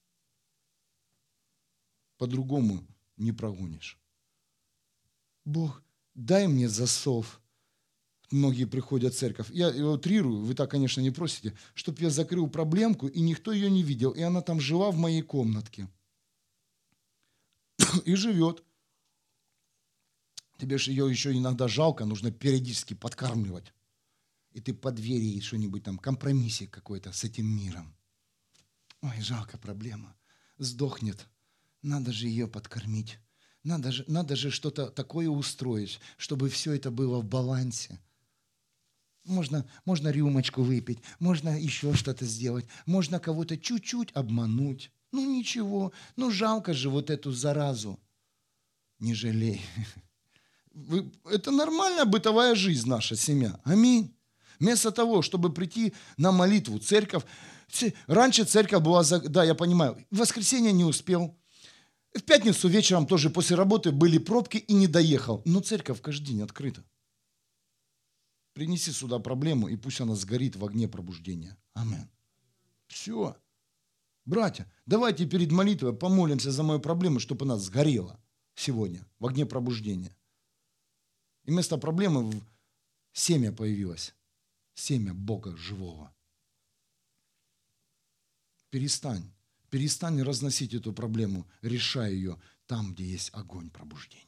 По-другому не прогонишь. Бог, дай мне засов. Многие приходят в церковь. Я утрирую, вы так, конечно, не просите, чтобы я закрыл проблемку, и никто ее не видел. И она там жила в моей комнатке. И живет. Тебе же ее еще иногда жалко, нужно периодически подкармливать. И ты по двери что-нибудь там, компромиссик какой-то с этим миром. Ой, жалко, проблема. Сдохнет. Надо же ее подкормить. Надо же что-то такое устроить, чтобы все это было в балансе. Можно рюмочку выпить, можно еще что-то сделать, можно кого-то чуть-чуть обмануть. Ну ничего, жалко же вот эту заразу. Не жалей. Это нормальная бытовая жизнь наша семья. Аминь. Вместо того, чтобы прийти на молитву, церковь. Раньше церковь была, да, я понимаю, в воскресенье не успел. В пятницу вечером тоже после работы были пробки и не доехал. Но церковь каждый день открыта. Принеси сюда проблему, и пусть она сгорит в огне пробуждения. Аминь. Все. Братья, давайте перед молитвой помолимся за мою проблему, чтобы она сгорела сегодня в огне пробуждения. И вместо проблемы семя появилось. Семя Бога живого. Перестань разносить эту проблему, решай ее там, где есть огонь пробуждения.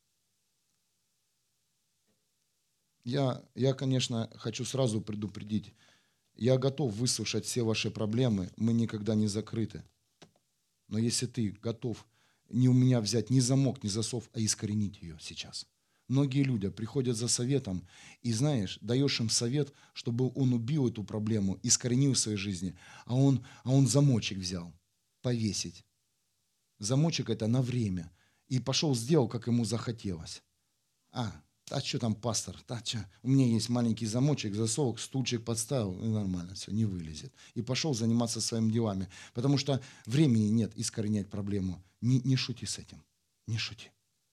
Я, конечно, хочу сразу предупредить. Я готов выслушать все ваши проблемы. Мы никогда не закрыты. Но если ты готов не у меня взять ни замок, ни засов, а искоренить ее сейчас. Многие люди приходят за советом, и знаешь, даешь им совет, чтобы он убил эту проблему, искоренил в своей жизни, а он замочек взял, повесить. Замочек это на время. И пошел, сделал, как ему захотелось. А что там, пастор? У меня есть маленький замочек, засовок, стульчик подставил, и нормально, все, не вылезет. И пошел заниматься своими делами. Потому что времени нет искоренять проблему. Не шути с этим. Не шути.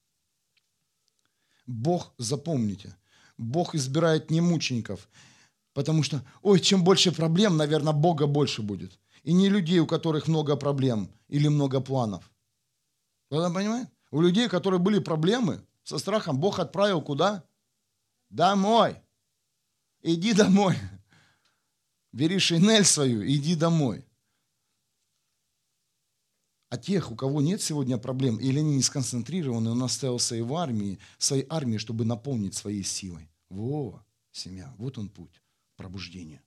Бог, запомните, Бог избирает не мучеников. Потому что, чем больше проблем, наверное, Бога больше будет. И не людей, у которых много проблем или много планов. Вы понимаете? У людей, у которых были проблемы, со страхом Бог отправил куда? Домой. Иди домой. Бери шинель свою, иди домой. А тех, у кого нет сегодня проблем, или они не сконцентрированы, он оставил своей армии, чтобы наполнить своей силой. Семья, вот он путь пробуждения.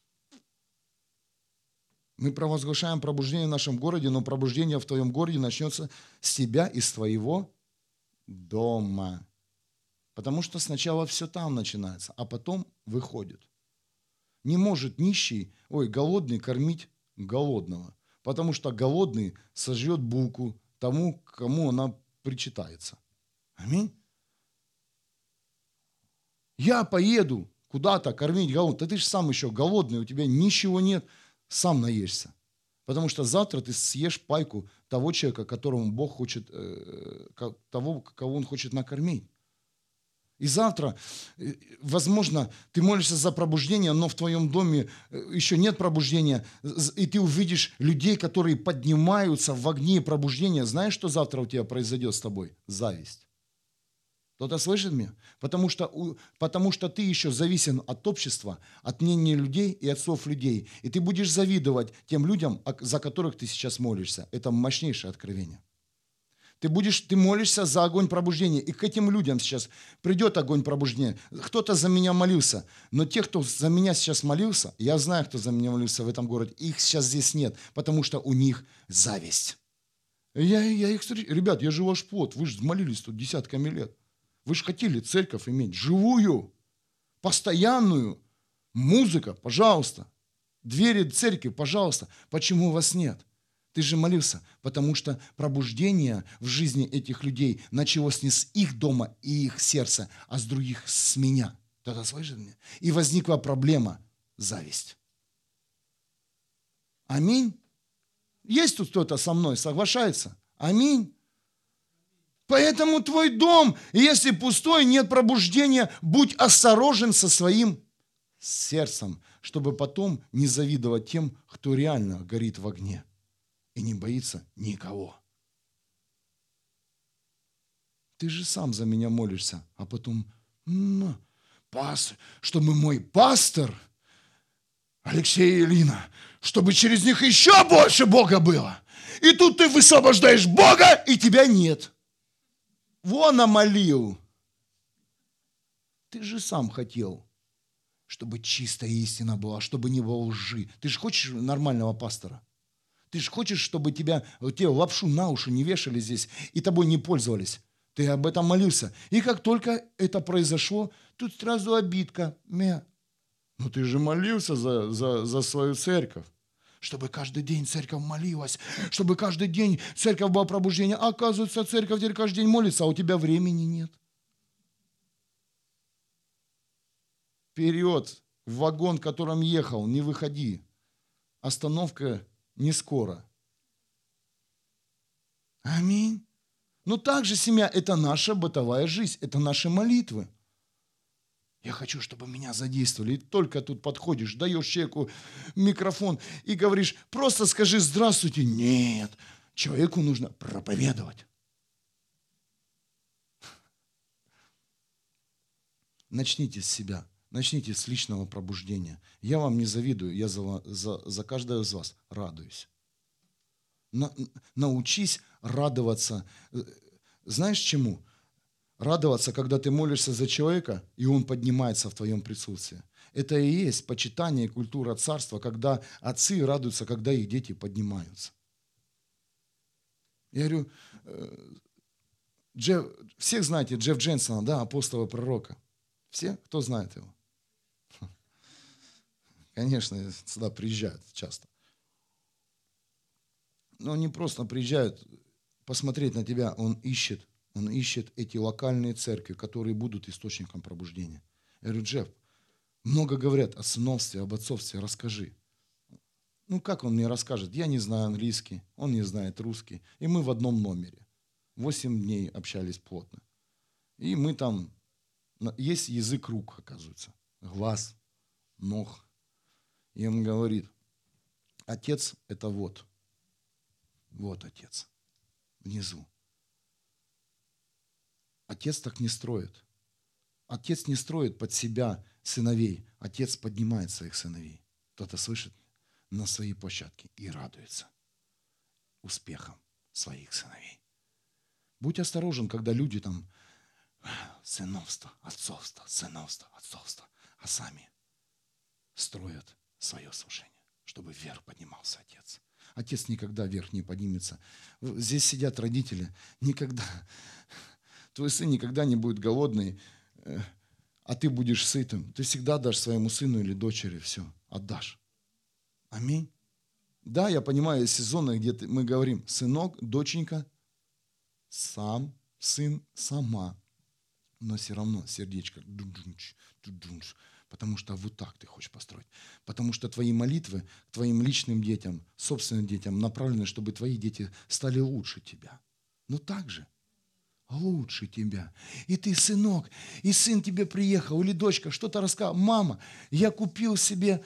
Мы провозглашаем пробуждение в нашем городе, но пробуждение в твоем городе начнется с тебя и с твоего дома. Потому что сначала все там начинается, а потом выходит. Не может нищий, голодный кормить голодного. Потому что голодный сожрет булку тому, кому она причитается. Аминь. Я поеду куда-то кормить голодного. Да ты же сам еще голодный, у тебя ничего нет, сам наешься. Потому что завтра ты съешь пайку того человека, которому Бог хочет, того, кого Он хочет накормить. И завтра, возможно, ты молишься за пробуждение, но в твоем доме еще нет пробуждения, и ты увидишь людей, которые поднимаются в огне пробуждения. Знаешь, что завтра у тебя произойдет с тобой? Зависть. Кто-то слышит меня? Потому что ты еще зависим от общества, от мнения людей и от слов людей. И ты будешь завидовать тем людям, за которых ты сейчас молишься. Это мощнейшее откровение. Ты молишься за огонь пробуждения, и к этим людям сейчас придет огонь пробуждения. Кто-то за меня молился, но те, кто за меня сейчас молился, я знаю, кто за меня молился в этом городе, их сейчас здесь нет, потому что у них зависть. Я их встречаю. Ребят, я же ваш плод, вы же молились тут десятками лет. Вы же хотели церковь иметь живую, постоянную. Музыка, пожалуйста. Двери церкви, пожалуйста. Почему у вас нет? Ты же молился, потому что пробуждение в жизни этих людей началось не с их дома и их сердца, а с других, с меня. Кто-то слышит меня? И возникла проблема – зависть. Аминь. Есть тут кто-то со мной, соглашается? Аминь. Поэтому твой дом, если пустой, нет пробуждения, будь осторожен со своим сердцем, чтобы потом не завидовать тем, кто реально горит в огне и не боится никого. Ты же сам за меня молишься, а потом, чтобы мой пастор, Алексей и Элина, чтобы через них еще больше Бога было. И тут ты высвобождаешь Бога, и тебя нет. Вон намолил. Ты же сам хотел, чтобы чистая истина была, чтобы не было лжи. Ты же хочешь нормального пастора? Ты же хочешь, чтобы тебе лапшу на уши не вешали здесь и тобой не пользовались? Ты об этом молился. И как только это произошло, тут сразу обидка. Ну ты же молился за свою церковь. Чтобы каждый день церковь молилась, чтобы каждый день церковь была пробуждение. А оказывается, церковь теперь каждый день молится, а у тебя времени нет. Вперед, в вагон, в котором ехал, не выходи. Остановка не скоро. Аминь. Но также семья – это наша бытовая жизнь, это наши молитвы. Я хочу, чтобы меня задействовали. И только тут подходишь, даешь человеку микрофон и говоришь, просто скажи здравствуйте. Нет, человеку нужно проповедовать. Начните с себя, начните с личного пробуждения. Я вам не завидую, я за каждого из вас радуюсь. Научись радоваться. Знаешь чему? Радоваться, когда ты молишься за человека, и он поднимается в твоем присутствии. Это и есть почитание и культура царства, когда отцы радуются, когда их дети поднимаются. Я говорю, всех знаете Джефф Дженсона, да, апостола пророка? Все? Кто знает его? Конечно, сюда приезжают часто. Но они просто приезжают посмотреть на тебя, он ищет эти локальные церкви, которые будут источником пробуждения. Я говорю, Джефф, много говорят о сыновстве, об отцовстве, расскажи. Ну, как он мне расскажет? Я не знаю английский, он не знает русский. И мы в одном номере. 8 дней общались плотно. И мы там, есть язык рук, оказывается, глаз, ног. И он говорит, отец – это вот отец, внизу. Отец так не строит. Отец не строит под себя сыновей. Отец поднимает своих сыновей. Кто-то слышит на своей площадке и радуется успехам своих сыновей. Будь осторожен, когда люди там сыновство, отцовство, а сами строят свое служение, чтобы вверх поднимался отец. Отец никогда вверх не поднимется. Здесь сидят родители. Никогда. Твой сын никогда не будет голодный, а ты будешь сытым. Ты всегда дашь своему сыну или дочери все. Отдашь. Аминь. Да, я понимаю, есть сезоны, где мы говорим, сынок, доченька, сам, сын, сама. Но все равно сердечко, потому что вот так ты хочешь построить. Потому что твои молитвы к твоим личным детям, собственным детям направлены, чтобы твои дети стали лучше тебя. Но так же. лучше тебя. И ты, сынок, и сын тебе приехал, или дочка что-то рассказал. Мама, я купил себе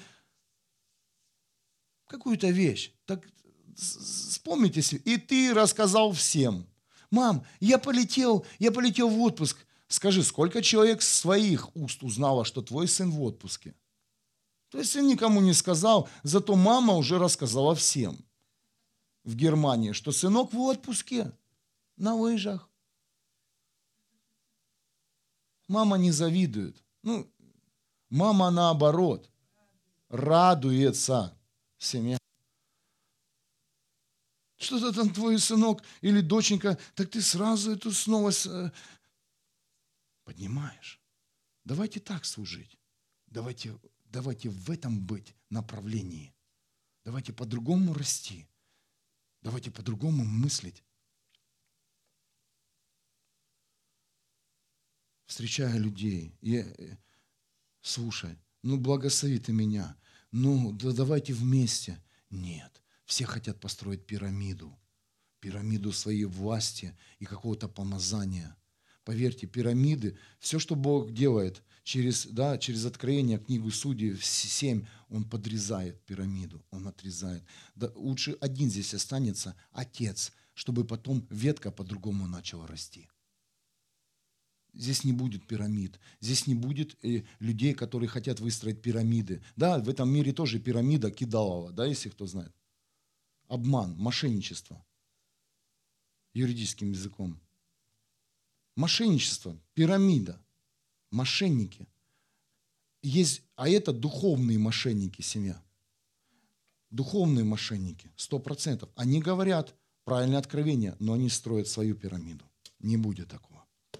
какую-то вещь. Так вспомните себе. И ты рассказал всем. Мам, я полетел в отпуск. Скажи, сколько человек с своих уст узнало, что твой сын в отпуске? То есть сын никому не сказал, зато мама уже рассказала всем в Германии, что сынок в отпуске на лыжах. Мама не завидует. Мама наоборот радуется семье. Что-то там твой сынок или доченька, так ты сразу эту снова поднимаешь. Давайте так служить. Давайте в этом быть направлении. Давайте по-другому расти. Давайте по-другому мыслить. Встречая людей, слушай, благослови ты меня. Давайте вместе. Нет. Все хотят построить пирамиду своей власти и какого-то помазания. Поверьте, пирамиды, все, что Бог делает через откровение, книгу Судей 7, Он подрезает пирамиду, Он отрезает. Да, лучше один здесь останется, отец, чтобы потом ветка по-другому начала расти. Здесь не будет пирамид, здесь не будет людей, которые хотят выстроить пирамиды. Да, в этом мире тоже пирамида кидалова, да, если кто знает. Обман, мошенничество, юридическим языком. Мошенничество, пирамида, мошенники. А это духовные мошенники, семья. Духовные мошенники, 100%. Они говорят правильное откровение, но они строят свою пирамиду. Не будет такого.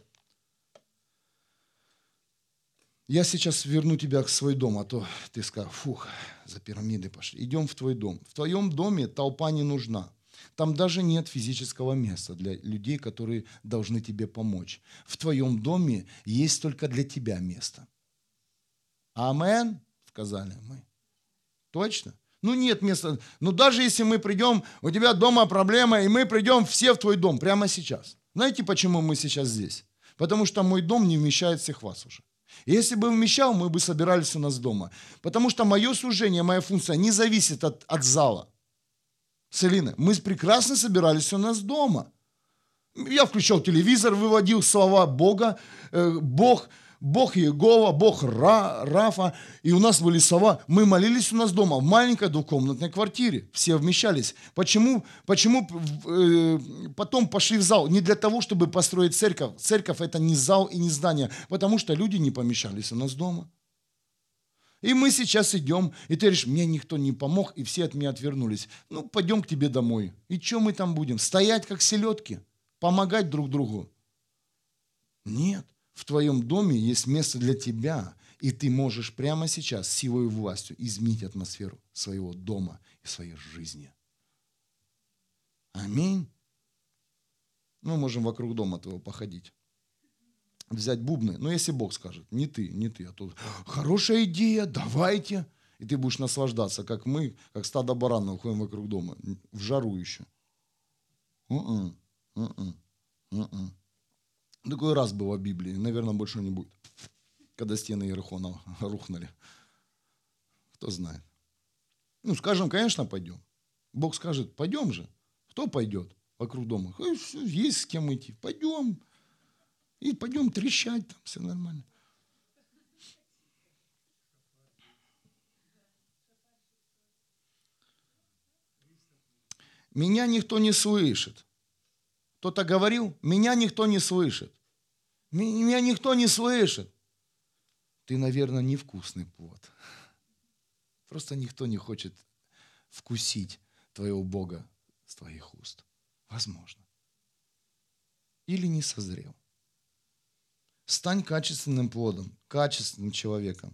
Я сейчас верну тебя в свой дом, а то ты скажешь, за пирамиды пошли. Идем в твой дом. В твоем доме толпа не нужна. Там даже нет физического места для людей, которые должны тебе помочь. В твоем доме есть только для тебя место. Амен, сказали мы. Точно? Нет места. Даже если мы придем, у тебя дома проблема, и мы придем все в твой дом прямо сейчас. Знаете, почему мы сейчас здесь? Потому что мой дом не вмещает всех вас уже. Если бы вмещал, мы бы собирались у нас дома. Потому что мое служение, моя функция не зависит от зала. Селина, мы прекрасно собирались у нас дома. Я включал телевизор, выводил слова Бога, Бог Иегова, Бог Рафа, и у нас были слова. Мы молились у нас дома, в маленькой двухкомнатной квартире. Все вмещались. Почему потом пошли в зал? Не для того, чтобы построить церковь. Церковь – это не зал и не здание, потому что люди не помещались у нас дома. И мы сейчас идем, и ты говоришь, мне никто не помог, и все от меня отвернулись. Пойдем к тебе домой. И что мы там будем? Стоять, как селедки? Помогать друг другу? Нет. В твоем доме есть место для тебя, и ты можешь прямо сейчас силой и властью изменить атмосферу своего дома и своей жизни. Аминь. Мы можем вокруг дома твоего походить. Взять бубны, если Бог скажет, не ты, а то хорошая идея, давайте. И ты будешь наслаждаться, как мы, как стадо баранов, ходим вокруг дома, в жару еще. Такой раз было в Библии, наверное, больше не будет, когда стены Иерихона рухнули. Кто знает. Скажем, конечно, пойдем. Бог скажет, пойдем же. Кто пойдет вокруг дома? Есть с кем идти. Пойдем. И пойдем трещать, там все нормально. Меня никто не слышит. Кто-то говорил, меня никто не слышит. Меня никто не слышит. Ты, наверное, невкусный плод. Просто никто не хочет вкусить твоего Бога с твоих уст. Возможно. Или не созрел. Стань качественным плодом, качественным человеком.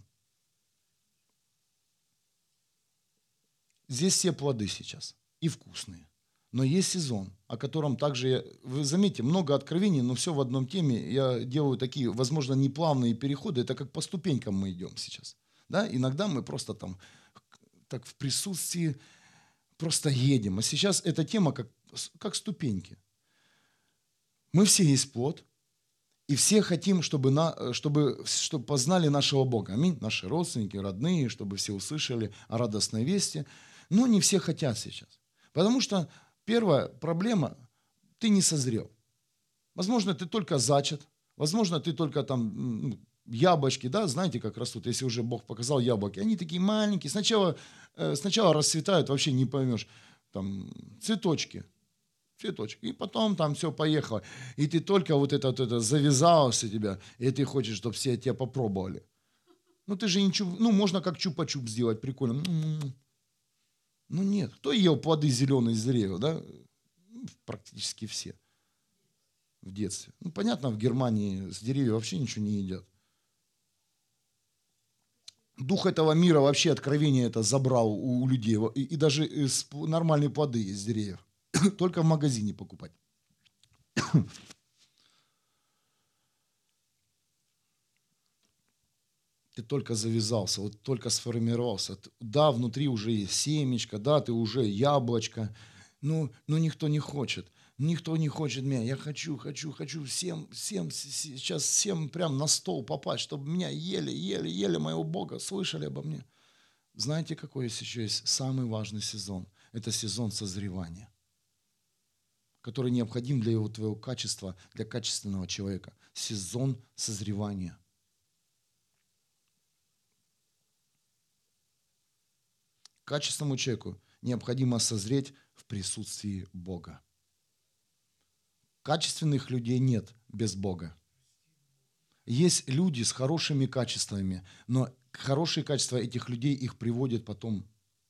Здесь все плоды сейчас. И вкусные. Но есть сезон, о котором также, вы заметите, много откровений, но все в одном теме. Я делаю такие, возможно, неплавные переходы. Это как по ступенькам мы идем сейчас. Да? Иногда мы просто там, так в присутствии, просто едем. А сейчас эта тема как ступеньки. Мы все есть плод, и все хотим, чтобы познали нашего Бога. Аминь. Наши родственники, родные, чтобы все услышали о радостной вести. Но не все хотят сейчас. Потому что первая проблема – ты не созрел. Возможно, ты только зачат. Возможно, ты только там яблочки, да, знаете, как растут, если уже Бог показал яблоки. Они такие маленькие. Сначала расцветают, вообще не поймешь. Там цветочки. И потом там все поехало. И ты только вот это завязался тебя, и ты хочешь, чтобы все тебя попробовали. Ну ты же ничего, можно как чупа-чуп сделать, прикольно. Ну нет, кто ел плоды зеленые с деревьев, да? Практически все в детстве. Понятно, в Германии с деревьев вообще ничего не едят. Дух этого мира вообще откровение это забрал у людей. И даже нормальные плоды из деревьев. Только в магазине покупать. Ты только завязался, вот только сформировался. Да, внутри уже есть семечко, да, ты уже яблочко. Но никто не хочет. Никто не хочет меня. Я хочу всем сейчас всем прям на стол попасть, чтобы меня ели моего Бога, слышали обо мне. Знаете, какой еще есть самый важный сезон? Это сезон созревания, который необходим для твоего качества, для качественного человека. Сезон созревания. Качественному человеку необходимо созреть в присутствии Бога. Качественных людей нет без Бога. Есть люди с хорошими качествами, но хорошие качества этих людей их приводят потом.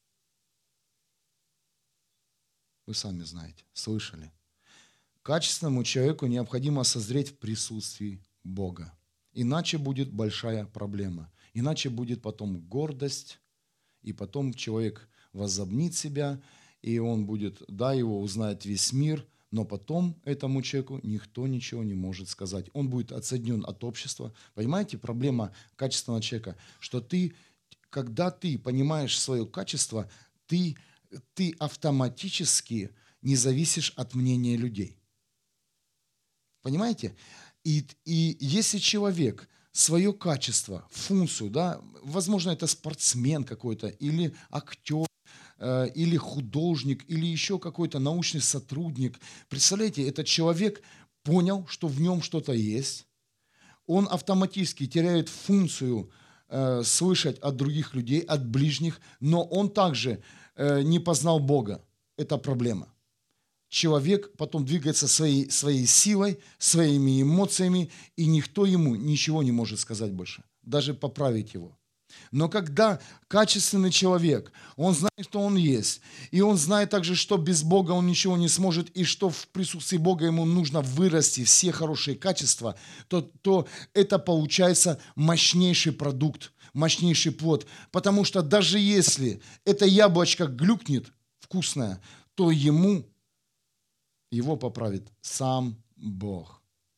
Вы сами знаете, слышали. Качественному человеку необходимо созреть в присутствии Бога. Иначе будет большая проблема. Иначе будет потом гордость, и потом человек возобнит себя, и он будет, да, его узнает весь мир, но потом этому человеку никто ничего не может сказать. Он будет отсоединен от общества. Понимаете, проблема качественного человека, что когда ты понимаешь свое качество, ты автоматически не зависишь от мнения людей. Понимаете? И если человек свое качество, функцию, да, возможно, это спортсмен какой-то, или актер, или художник, или еще какой-то научный сотрудник. Представляете, этот человек понял, что в нем что-то есть, он автоматически теряет функцию слышать от других людей, от ближних, но он также не познал Бога. Это проблема. Человек потом двигается своей силой, своими эмоциями, и никто ему ничего не может сказать больше, даже поправить его. Но когда качественный человек, он знает, что он есть, и он знает также, что без Бога он ничего не сможет, и что в присутствии Бога ему нужно вырасти все хорошие качества, то это получается мощнейший продукт, мощнейший плод. Потому что даже если это яблочко глюкнет вкусное, то его поправит сам Бог.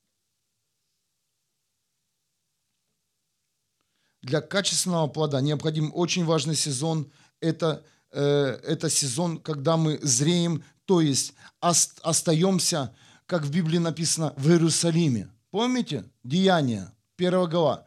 Для качественного плода необходим очень важный сезон. Это сезон, когда мы зреем, то есть остаемся, как в Библии написано, в Иерусалиме. Помните? Деяния, 1 глава.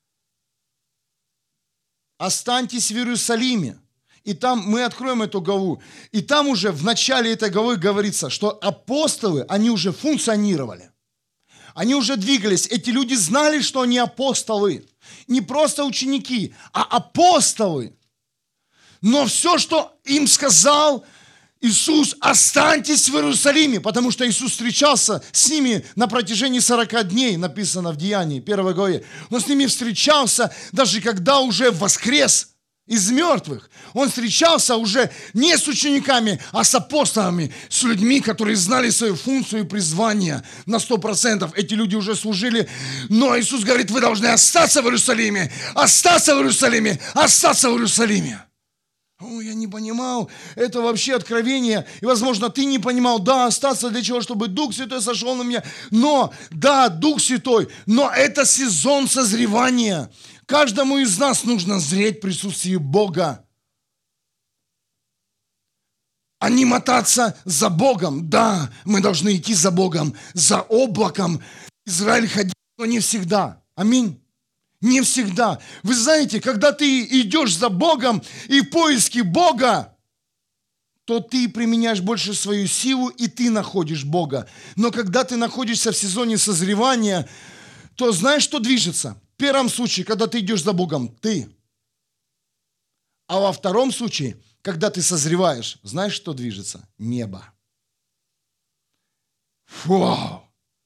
Останьтесь в Иерусалиме. И там мы откроем эту главу. И там уже в начале этой главы говорится, что апостолы, они уже функционировали. Они уже двигались. Эти люди знали, что они апостолы. Не просто ученики, а апостолы. Но все, что им сказал Иисус, останьтесь в Иерусалиме, потому что Иисус встречался с ними на протяжении 40 дней, написано в Деянии, 1 главе. Он с ними встречался, даже когда уже воскрес из мертвых. Он встречался уже не с учениками, а с апостолами, с людьми, которые знали свою функцию и призвание на 100%. Эти люди уже служили, но Иисус говорит, вы должны остаться в Иерусалиме, остаться в Иерусалиме, остаться в Иерусалиме. Я не понимал, это вообще откровение, и, возможно, ты не понимал, да, остаться для чего, чтобы Дух Святой сошел на меня, но, да, Дух Святой, но это сезон созревания. Каждому из нас нужно зреть в присутствии Бога. а не мотаться за Богом. Да, мы должны идти за Богом, за облаком. Израиль ходил, но не всегда. Аминь. Не всегда. Вы знаете, когда ты идешь за Богом и в поиске Бога, то ты применяешь больше свою силу, и ты находишь Бога. Но когда ты находишься в сезоне созревания, то знаешь, что движется? В первом случае, когда ты идешь за Богом, ты. А во втором случае, когда ты созреваешь, знаешь, что движется? Небо. Вау!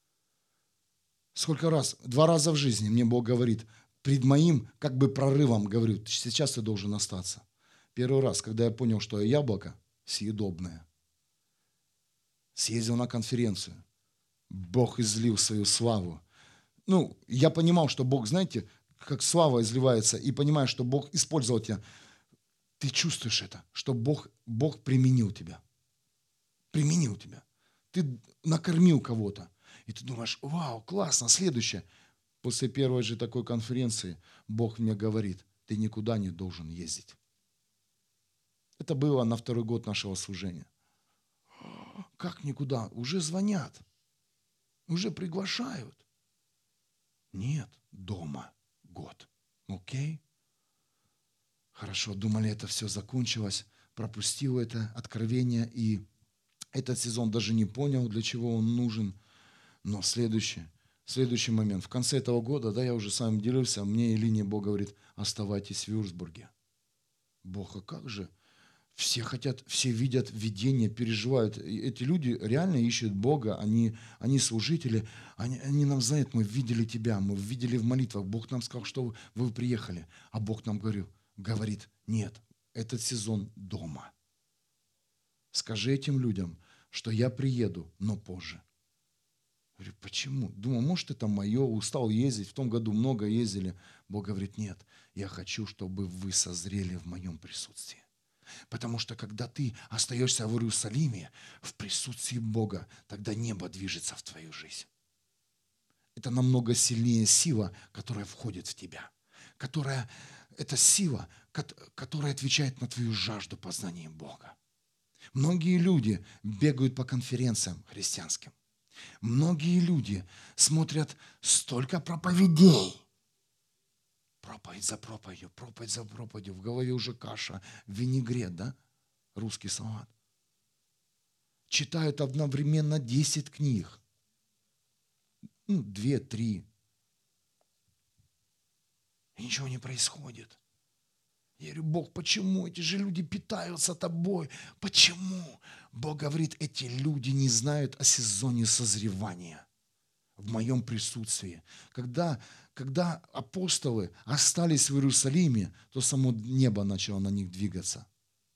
Сколько раз? 2 раза в жизни мне Бог говорит, пред моим как бы прорывом, говорю, сейчас ты должен остаться. Первый раз, когда я понял, что я яблоко съедобное, съездил на конференцию, Бог излил свою славу. Я понимал, что Бог, знаете, как слава изливается, и понимаю, что Бог использовал тебя. Ты чувствуешь это, что Бог применил тебя. Применил тебя. Ты накормил кого-то. И ты думаешь, вау, классно, следующее. После первой же такой конференции Бог мне говорит, ты никуда не должен ездить. Это было на 2-й год нашего служения. Как никуда? Уже звонят. Уже приглашают. Нет, дома год. Окей? Хорошо, думали, это все закончилось. Пропустил это откровение. И этот сезон даже не понял, для чего он нужен. Но следующий момент. В конце этого года, я уже с вами делился, мне и линия Бог говорит, оставайтесь в Вюрцбурге. Бог, а как же? Все хотят, все видят видение, переживают. Эти люди реально ищут Бога, они служители, они нам знают, мы видели тебя, мы видели в молитвах, Бог нам сказал, что вы приехали. А Бог нам говорит, нет, этот сезон дома. Скажи этим людям, что я приеду, но позже. Я говорю, почему? Думаю, может, это мое, устал ездить, в том году много ездили. Бог говорит, нет, я хочу, чтобы вы созрели в моем присутствии. Потому что когда ты остаешься в Иерусалиме, в присутствии Бога, тогда небо движется в твою жизнь. Это намного сильнее сила, которая входит в тебя. Это сила, которая отвечает на твою жажду познания Бога. Многие люди бегают по конференциям христианским. Многие люди смотрят столько проповедей. Проповедь за проповедью. В голове уже каша, винегрет, русский салат. Читают одновременно 10 книг. 2-3. И ничего не происходит. Я говорю, Бог, почему? Эти же люди питаются тобой. Почему? Бог говорит, эти люди не знают о сезоне созревания в моем присутствии. Когда апостолы остались в Иерусалиме, то само небо начало на них двигаться.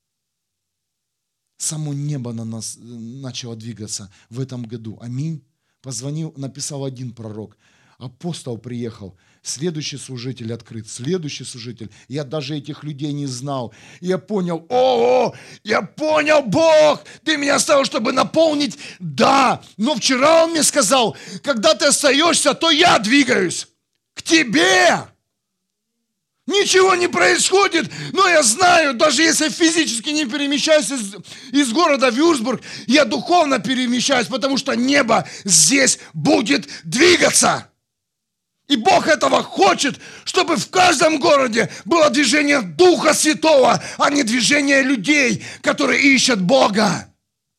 Само небо на нас начало двигаться в этом году. Аминь. Написал один пророк. Апостол приехал, следующий служитель открыт, следующий служитель. Я даже этих людей не знал. Я понял, я понял, Бог, ты меня оставил, чтобы наполнить. Да, но вчера он мне сказал, когда ты остаешься, то я двигаюсь к тебе. Ничего не происходит, но я знаю, даже если физически не перемещаюсь из города Вюрцбург, я духовно перемещаюсь, потому что небо здесь будет двигаться. И Бог этого хочет, чтобы в каждом городе было движение Духа Святого, а не движение людей, которые ищут Бога.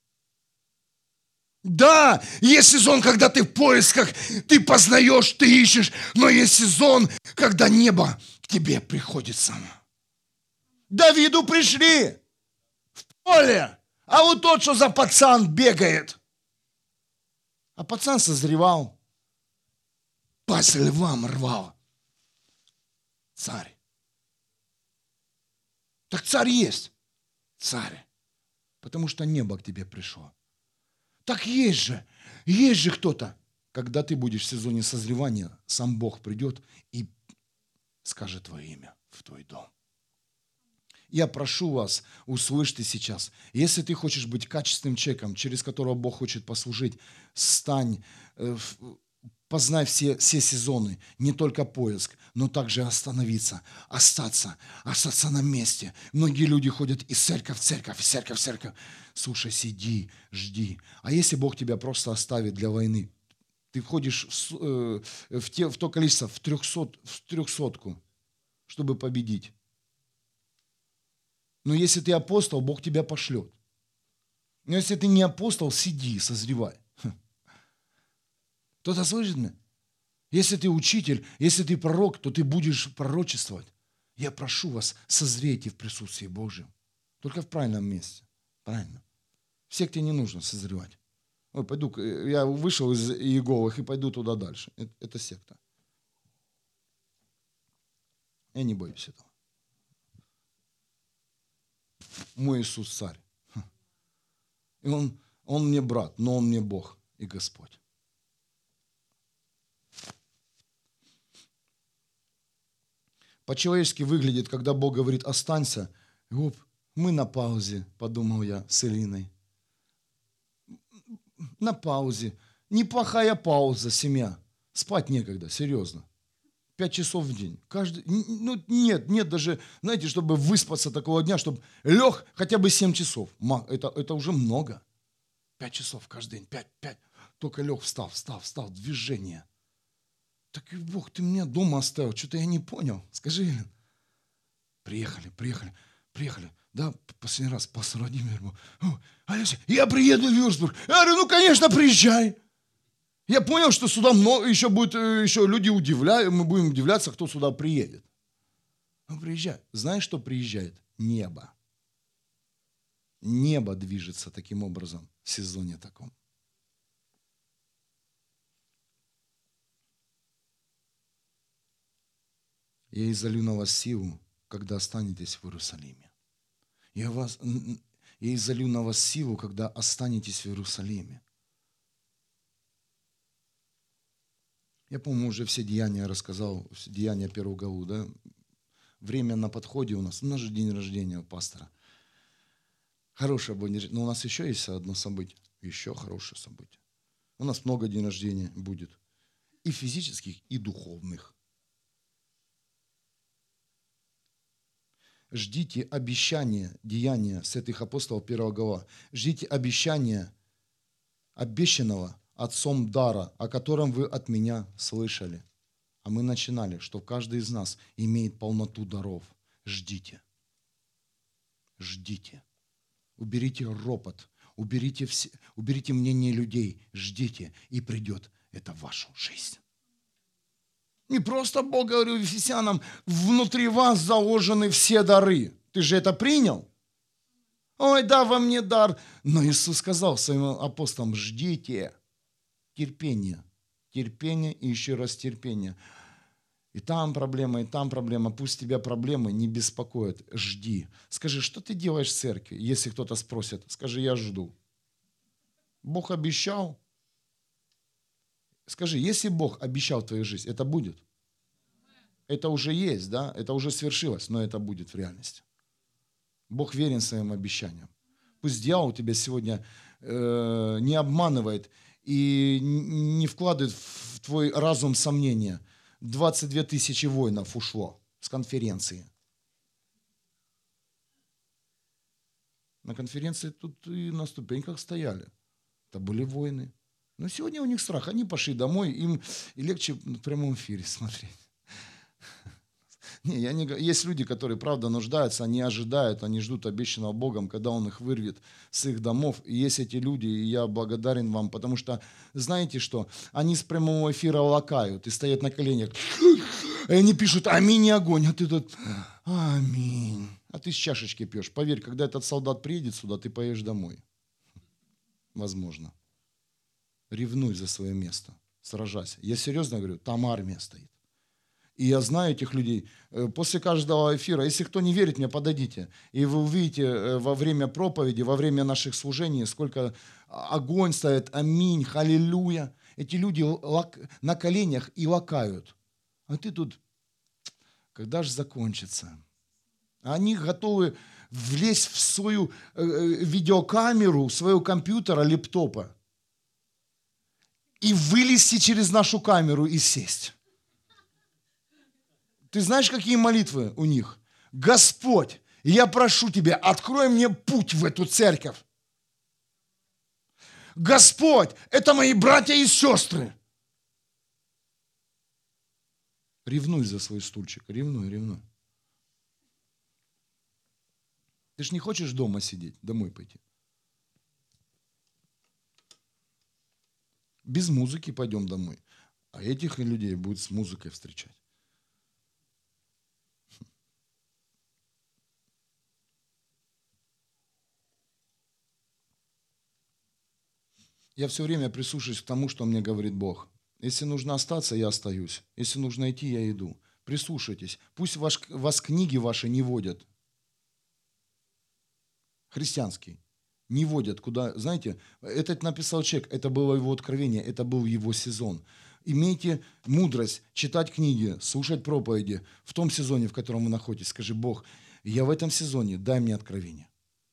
Да, есть сезон, когда ты в поисках, ты познаешь, ты ищешь, но есть сезон, когда небо к тебе приходит само. Давиду пришли в поле, а вот тот, что за пацан бегает. А пацан созревал. Пасть львам рвал. Царь. Так царь есть. Царь. Потому что небо к тебе пришло. Так есть же кто-то. Когда ты будешь в сезоне созревания, сам Бог придет и скажет твое имя в твой дом. Я прошу вас, услышьте сейчас. Если ты хочешь быть качественным человеком, через которого Бог хочет послужить, стань Познай все сезоны, не только поиск, но также остановиться, остаться на месте. Многие люди ходят из церковь в церковь, из церковь в церковь. Слушай, сиди, жди. А если Бог тебя просто оставит для войны? Ты входишь в то количество, в 300-ку, чтобы победить. Но если ты апостол, Бог тебя пошлет. Но если ты не апостол, сиди, созревай. Кто-то слышит меня? Если ты учитель, если ты пророк, то ты будешь пророчествовать. Я прошу вас, созрейте в присутствии Божьем. Только в правильном месте. Правильно. В секте не нужно созревать. Ой, я вышел из Иеговых и пойду туда дальше. Это секта. Я не боюсь этого. Мой Иисус царь. И он мне брат, но он мне Бог и Господь. По-человечески выглядит, когда Бог говорит «останься». И оп, мы на паузе, подумал я с Элиной. На паузе. Неплохая пауза, семья. Спать некогда, серьезно. 5 часов в день. Нет даже, знаете, чтобы выспаться такого дня, чтобы лег хотя бы 7 часов. Это уже много. 5 часов каждый день. 5. Только лег, встал. Движение. Так и Бог, ты меня дома оставил. Что-то я не понял. Скажи, Елена. Приехали. Да, последний раз пастор Владимир был. Алексей, я приеду в Вюрцбург. Я говорю, конечно, приезжай. Я понял, что сюда много, еще люди удивляют, мы будем удивляться, кто сюда приедет. Ну, приезжай. Знаешь, что приезжает? Небо. Небо движется таким образом в сезоне таком. Я изолью на вас силу, когда останетесь в Иерусалиме. Я изолью на вас силу, когда останетесь в Иерусалиме. Я, по-моему, уже все деяния рассказал, деяния 1 главу, да? Время на подходе у нас. У нас же день рождения у пастора. Хорошее будет. Но у нас еще есть одно событие. Еще хорошее событие. У нас много дней рождения будет. И физических, и духовных. Ждите обещания, деяния святых апостолов 1 глава. Ждите обещания, обещанного Отцом дара, о котором вы от меня слышали. А мы начинали, что каждый из нас имеет полноту даров. Ждите. Ждите. Уберите ропот, уберите мнение людей. Ждите, и придет это в вашу жизнь. Не просто Бог говорил Ефесянам, внутри вас заложены все дары. Ты же это принял? Ой, да, во мне дар. Но Иисус сказал своим апостолам, ждите. Терпение и еще раз терпение. И там проблема. Пусть тебя проблемы не беспокоят. Жди. Скажи, что ты делаешь в церкви? Если кто-то спросит, скажи, я жду. Бог обещал. Скажи, если Бог обещал твою жизнь, это будет? Это уже есть, да? Это уже свершилось, но это будет в реальности. Бог верен своим обещаниям. Пусть дьявол тебя сегодня не обманывает и не вкладывает в твой разум сомнения. 22 тысячи воинов ушло с конференции. На конференции тут и на ступеньках стояли. Это были воины. Но сегодня у них страх. Они пошли домой, им и легче в прямом эфире смотреть. Есть люди, которые, правда, нуждаются, они ожидают, они ждут обещанного Богом, когда Он их вырвет с их домов. И есть эти люди, и я благодарен вам, потому что, знаете что, они с прямого эфира лакают и стоят на коленях. И они пишут «Аминь» и огонь, а ты тут «Аминь». А ты с чашечки пьешь. Поверь, когда этот солдат приедет сюда, ты поедешь домой. Возможно. Ревнуй за свое место, сражайся. Я серьезно говорю, там армия стоит. И я знаю этих людей. После каждого эфира, если кто не верит мне, подойдите. И вы увидите во время проповеди, во время наших служений, сколько огонь стоит, аминь, халилюя. Эти люди на коленях и лакают. А ты тут, когда же закончится? Они готовы влезть в свою видеокамеру, в своего компьютера, лэптопа. и вылезти через нашу камеру и сесть. Ты знаешь, какие молитвы у них? Господь, я прошу Тебя, открой мне путь в эту церковь. Господь, это мои братья и сестры. Ревнуй за свой стульчик, ревнуй. Ты ж не хочешь дома сидеть, домой пойти? Без музыки пойдем домой. А этих людей будет с музыкой встречать. Я все время прислушиваюсь к тому, что мне говорит Бог. Если нужно остаться, я остаюсь. Если нужно идти, я иду. Прислушайтесь. Пусть вас книги ваши не водят. Христианские. Не водят куда. Знаете, этот написал человек, это было его откровение, это был его сезон. Имейте мудрость читать книги, слушать проповеди в том сезоне, в котором вы находитесь. Скажи: Бог, я в этом сезоне, дай мне откровение.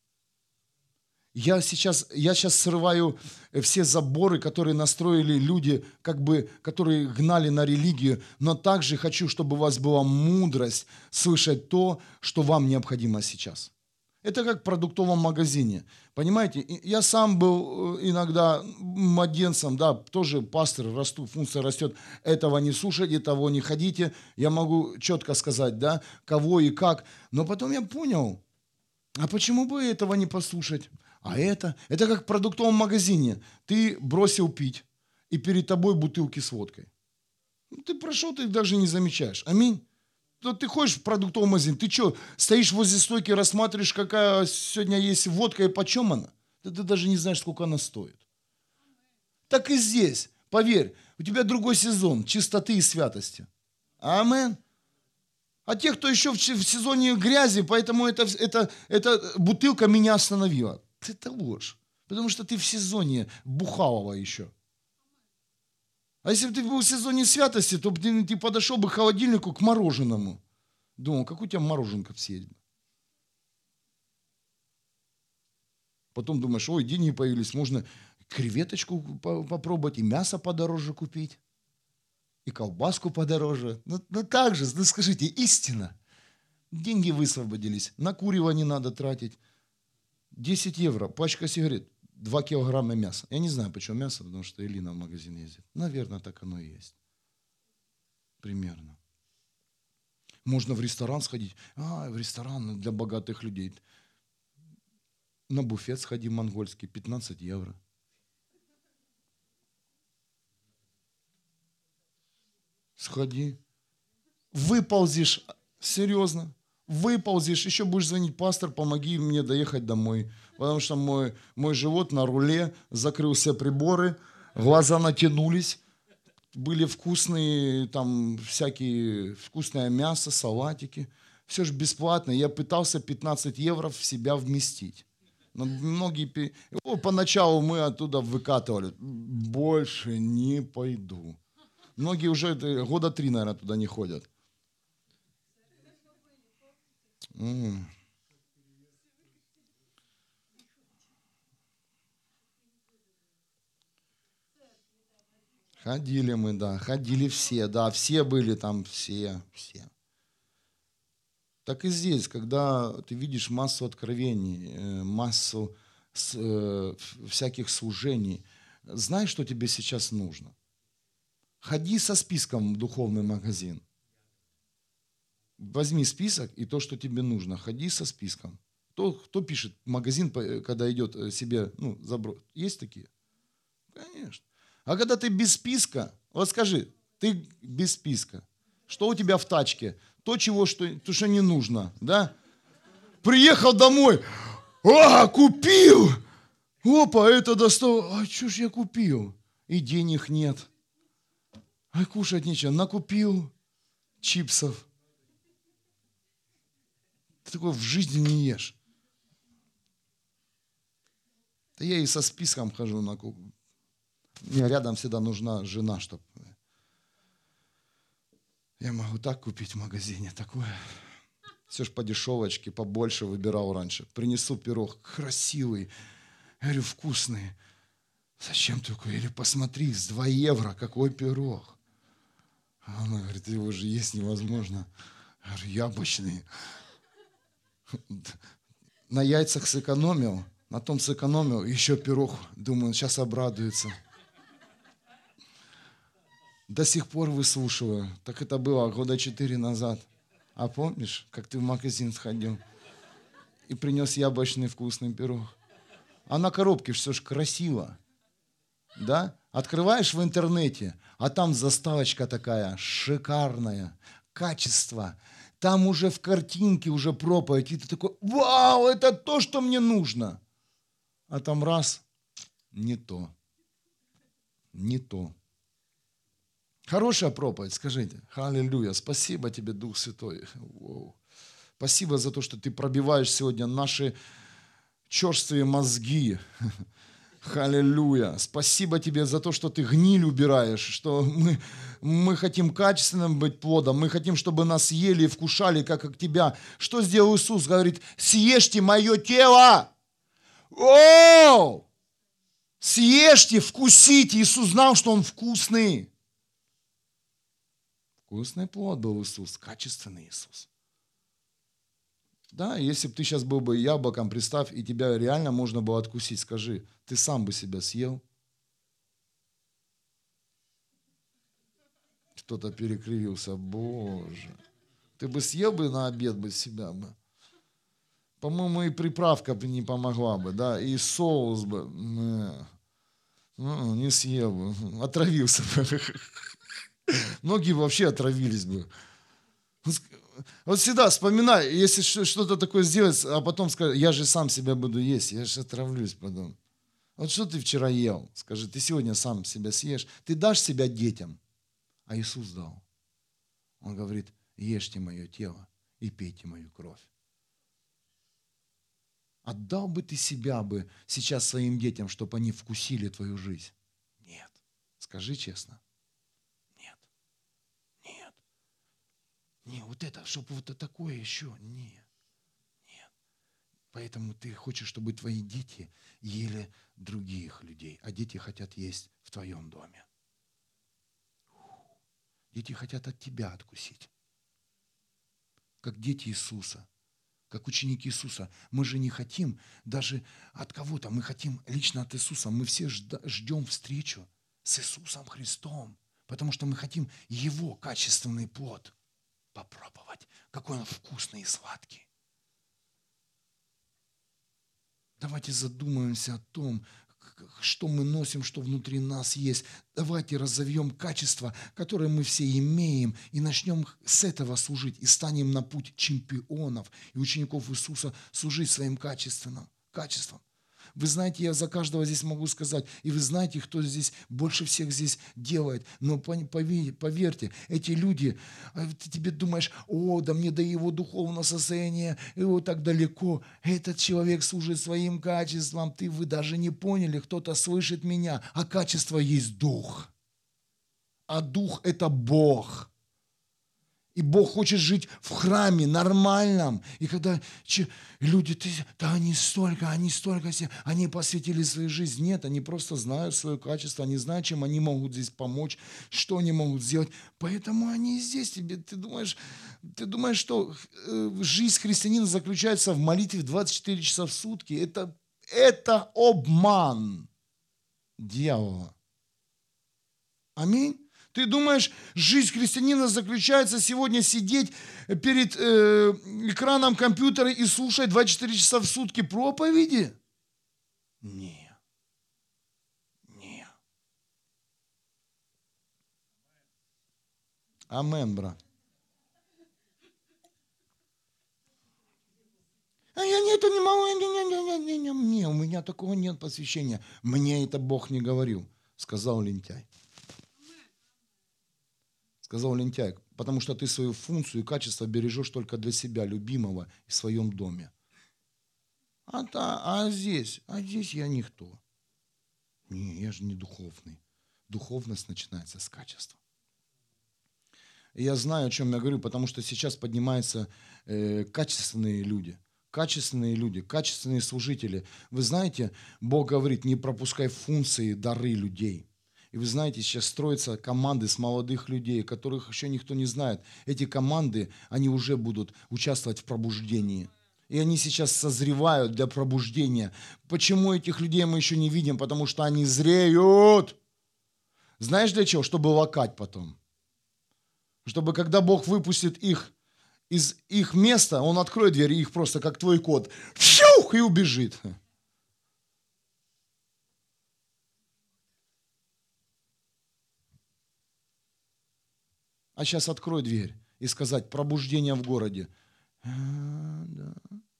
Я сейчас срываю все заборы, которые настроили люди, которые гнали на религию, но также хочу, чтобы у вас была мудрость слышать то, что вам необходимо сейчас. Это как в продуктовом магазине. Понимаете, я сам был иногда младенцем, да, тоже пастор, функция растет. Этого не слушайте, того не ходите. Я могу четко сказать, да, кого и как. Но потом я понял, а почему бы этого не послушать? А это как в продуктовом магазине. Ты бросил пить, и перед тобой бутылки с водкой. Ты прошел, ты их даже не замечаешь. Аминь. То ты ходишь в продуктовый магазин, ты что, стоишь возле стойки, рассматриваешь, какая сегодня есть водка и почем она? Ты даже не знаешь, сколько она стоит. Так и здесь, поверь, у тебя другой сезон чистоты и святости. Амин. А те, кто еще в сезоне грязи, поэтому эта бутылка меня остановила. Это ложь. Потому что ты в сезоне бухалого еще. А если бы ты был в сезоне святости, то ты подошел бы к холодильнику, к мороженому. Думал, как у тебя мороженка съесть. Потом думаешь, ой, деньги появились, можно креветочку попробовать, и мясо подороже купить, и колбаску подороже. Ну так же, скажите, истина. Деньги высвободились, на курево не надо тратить. 10 евро, пачка сигарет, 2 килограмма мяса. Я не знаю, почему мясо, потому что Элина в магазин ездит. Наверное, так оно и есть. Примерно. Можно в ресторан сходить. В ресторан для богатых людей. На буфет сходи монгольский, 15 евро. Сходи. Выползешь, серьезно. Выползешь, еще будешь звонить: пастор, помоги мне доехать домой. Потому что мой живот на руле, закрыл все приборы, глаза натянулись, были вкусные, там всякие вкусное мясо, салатики. Все же бесплатно. Я пытался 15 евро в себя вместить. Но многие... Поначалу мы оттуда выкатывали. Больше не пойду. Многие уже года 3, наверное, туда не ходят. Ходили мы, да, ходили все, да, все были там, все. Так и здесь, когда ты видишь массу откровений, массу всяких служений, знай, что тебе сейчас нужно. Ходи со списком в духовный магазин. Возьми список и то, что тебе нужно. Ходи со списком. Кто пишет магазин, когда идет себе, заброс? Есть такие? Конечно. А когда ты без списка, вот скажи, ты без списка. Что у тебя в тачке? То, что не нужно, да? Приехал домой, купил! Опа, это достал. А что ж я купил? И денег нет. А кушать нечего. Накупил чипсов. Ты такой в жизни не ешь. Да я и со списком хожу на кухню. Мне рядом всегда нужна жена, чтобы... Я могу так купить в магазине, такое. Все ж по дешевочке, побольше выбирал раньше. Принесу пирог красивый, я говорю, вкусный. Зачем такой? Или посмотри, с 2 евро какой пирог. А она говорит, его же есть невозможно. Я говорю, яблочный. На яйцах сэкономил, на том сэкономил, еще пирог. Думаю, он сейчас обрадуется. До сих пор выслушиваю. Так это было 4 года назад. А помнишь, как ты в магазин сходил и принес яблочный вкусный пирог? А на коробке все ж красиво. Да? Открываешь в интернете, а там заставочка такая шикарная, качество. Там уже в картинке уже проповедь. И ты такой, вау, это то, что мне нужно. А там раз, не то. Не то. Хорошая проповедь, скажите. Аллилуйя. Спасибо тебе, Дух Святой. Воу. Спасибо за то, что ты пробиваешь сегодня наши черствые мозги. Аллилуйя. Спасибо тебе за то, что ты гниль убираешь, что мы хотим качественным быть плодом, мы хотим, чтобы нас ели и вкушали, как тебя. Что сделал Иисус? Говорит, съешьте мое тело. О! Съешьте, вкусите. Иисус знал, что он вкусный. Вкусный плод был Иисус, качественный Иисус. Да, если бы ты сейчас был бы яблоком, представь, и тебя реально можно было откусить, скажи, ты сам бы себя съел? Кто-то перекривился, Боже. Ты бы съел бы на обед бы себя бы? По-моему, и приправка бы не помогла бы, да, и соус бы. Не съел бы, отравился бы. Многие вообще отравились бы. Вот всегда вспоминай, если что-то такое сделать, а потом скажешь, я же сам себя буду есть, я же отравлюсь потом. Вот что ты вчера ел? Скажи, ты сегодня сам себя съешь. Ты дашь себя детям, а Иисус дал. Он говорит, ешьте мое тело и пейте мою кровь. Отдал бы ты себя бы сейчас своим детям, чтобы они вкусили твою жизнь? Нет. Скажи честно. Не, вот это, чтобы вот такое еще. Нет. Поэтому ты хочешь, чтобы твои дети ели других людей, а дети хотят есть в твоем доме. Дети хотят от тебя откусить. Как дети Иисуса, как ученики Иисуса. Мы же не хотим даже от кого-то, мы хотим лично от Иисуса. Мы все ждем встречу с Иисусом Христом, потому что мы хотим Его качественный плод попробовать, какой он вкусный и сладкий. Давайте задумаемся о том, что мы носим, что внутри нас есть. Давайте разовьем качества, которые мы все имеем, и начнем с этого служить, и станем на путь чемпионов и учеников Иисуса служить своим качеством. Вы знаете, я за каждого здесь могу сказать, и вы знаете, кто здесь больше всех здесь делает. Но поверьте, эти люди, ты тебе думаешь, да мне до его духовного состояния, его так далеко. Этот человек служит своим качеством, вы даже не поняли, кто-то слышит меня, а качество есть дух. А дух – это Бог. И Бог хочет жить в храме нормальном. И когда люди, они столько, они посвятили свою жизнь. Нет, они просто знают свое качество, они знают, чем они могут здесь помочь, что они могут сделать. Поэтому они здесь. Ты думаешь, что жизнь христианина заключается в молитве 24 часа в сутки? Это обман дьявола. Аминь. Ты думаешь, жизнь христианина заключается сегодня сидеть перед экраном компьютера и слушать 24 часа в сутки проповеди? Нет. Амен, брат. А я это не могу, не, у меня такого нет посвящения. Мне это Бог не говорил, сказал лентяй. Сказал лентяй, потому что ты свою функцию и качество бережешь только для себя, любимого, в своем доме. А здесь я никто. Не, я же не духовный. Духовность начинается с качества. И я знаю, о чем я говорю, потому что сейчас поднимаются качественные люди, Качественные люди, качественные служители. Вы знаете, Бог говорит, не пропускай функции, дары людей. И вы знаете, сейчас строятся команды с молодых людей, которых еще никто не знает. Эти команды, они уже будут участвовать в пробуждении. И они сейчас созревают для пробуждения. Почему этих людей мы еще не видим? Потому что они зреют. Знаешь для чего? Чтобы лакать потом. Чтобы когда Бог выпустит их из их места, Он откроет дверь, и их просто как твой кот, фью, и убежит. А сейчас открой дверь и сказать, пробуждение в городе. Да.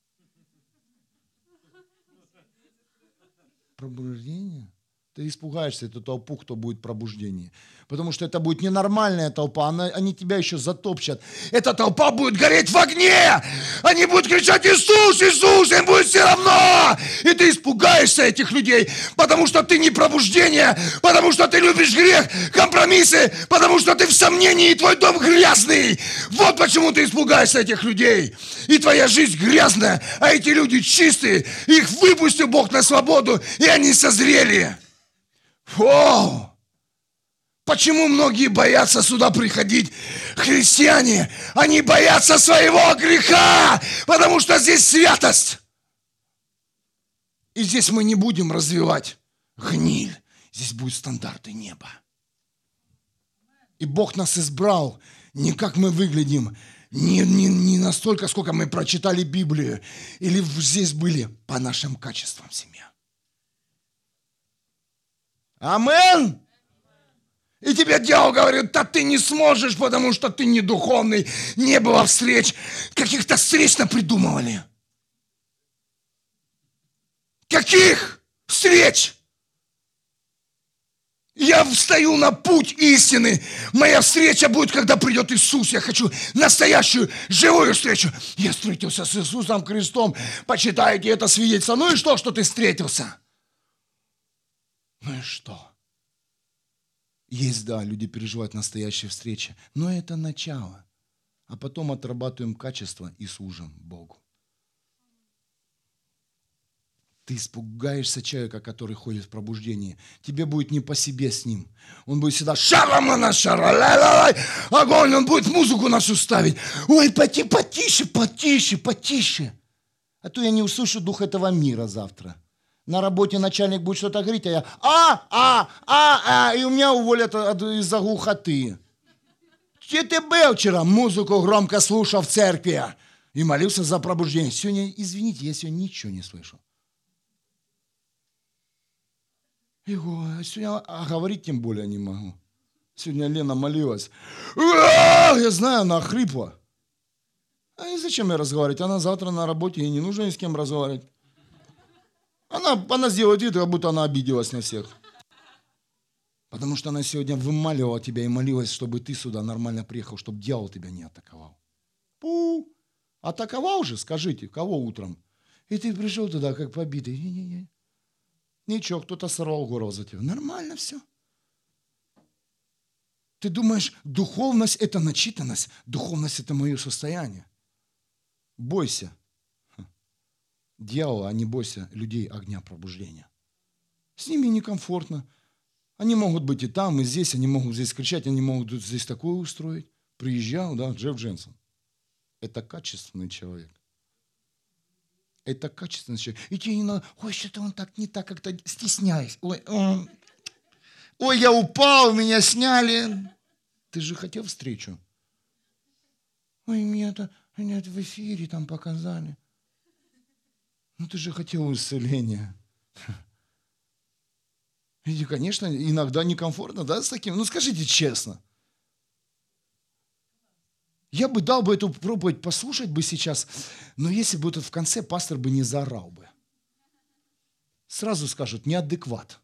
Пробуждение? Ты испугаешься эту толпу, кто будет в пробуждении. Потому что это будет ненормальная толпа, они тебя еще затопчат. Эта толпа будет гореть в огне! Они будут кричать «Иисус, Иисус!» Им будет все равно! И ты испугаешься этих людей, потому что ты не пробуждение, потому что ты любишь грех, компромиссы, потому что ты в сомнении, и твой дом грязный. Вот почему ты испугаешься этих людей. И твоя жизнь грязная, а эти люди чистые. Их выпустил Бог на свободу, и они созрели. О! Почему многие боятся сюда приходить? Христиане, они боятся своего греха, потому что здесь святость. И здесь мы не будем развивать гниль. Здесь будут стандарты неба. И Бог нас избрал не как мы выглядим, не настолько, сколько мы прочитали Библию, или здесь были по нашим качествам семья. Амен. И тебе дьявол говорит, да ты не сможешь, потому что ты не духовный. Не было встреч. Каких-то встреч напридумывали. Каких встреч? Я встаю на путь истины. Моя встреча будет, когда придет Иисус. Я хочу настоящую, живую встречу. Я встретился с Иисусом Христом. Почитайте это свидетельство. Ну и что ты встретился? Ну и что? Есть, да, люди переживают настоящие встречи, но это начало. А потом отрабатываем качество и служим Богу. Ты испугаешься человека, который ходит в пробуждении. Тебе будет не по себе с ним. Он будет всегда шарамана, шаралалай, огонь, он будет музыку нашу ставить. Ой, потише, потише, потише. А то я не услышу дух этого мира завтра. На работе начальник будет что-то говорить, а я и у меня уволят из-за глухоты. Где ты был вчера? Музыку громко слушал в церкви и молился за пробуждение. Сегодня, извините, я сегодня ничего не слышу. Сегодня говорить тем более не могу. Сегодня Лена молилась. Я знаю, она хрипла. А и зачем ей разговаривать? Она завтра на работе, ей не нужно ни с кем разговаривать. Она сделает вид, как будто она обиделась на всех. Потому что она сегодня вымаливала тебя и молилась, чтобы ты сюда нормально приехал, чтобы дьявол тебя не атаковал. Атаковал же, скажите, кого утром? И ты пришел туда, как побитый. Ничего, кто-то сорвал горло за тебя. Нормально все. Ты думаешь, духовность – это начитанность, духовность – это мое состояние. Бойся дьявола, а не бойся людей огня пробуждения. С ними некомфортно. Они могут быть и там, и здесь, они могут здесь кричать, они могут здесь такое устроить. Приезжал, да, Джефф Дженсон. Это качественный человек. Это качественный человек. И тебе не надо, ой, что-то он так не так, как-то стесняюсь. Ой, я упал, меня сняли. Ты же хотел встречу. Ой, меня в эфире там показали. Ну, ты же хотел исцеления. И, конечно, иногда некомфортно, да, с таким. Ну, скажите честно. Я бы дал бы эту проповедь послушать бы сейчас, но если бы тут в конце пастор бы не заорал бы. Сразу скажут, неадекват.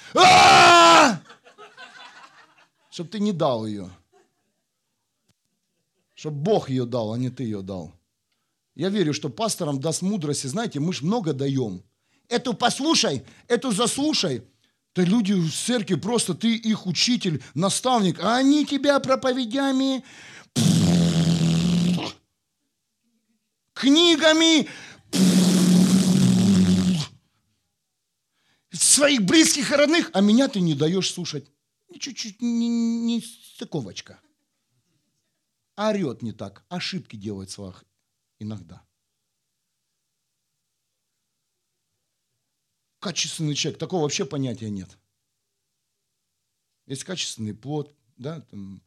Чтоб ты не дал ее. Чтоб Бог ее дал, а не ты ее дал. Я верю, что пасторам даст мудрости. Знаете, мы ж много даем. Эту послушай, эту заслушай. Да люди в церкви, просто ты их учитель, наставник, а они тебя проповедями, книгами, Своих близких и родных, а меня ты не даешь слушать. Чуть-чуть не стыковочка. Орет не так, ошибки делает своих иногда. Качественный человек, такого вообще понятия нет. Есть качественный плод, да, там,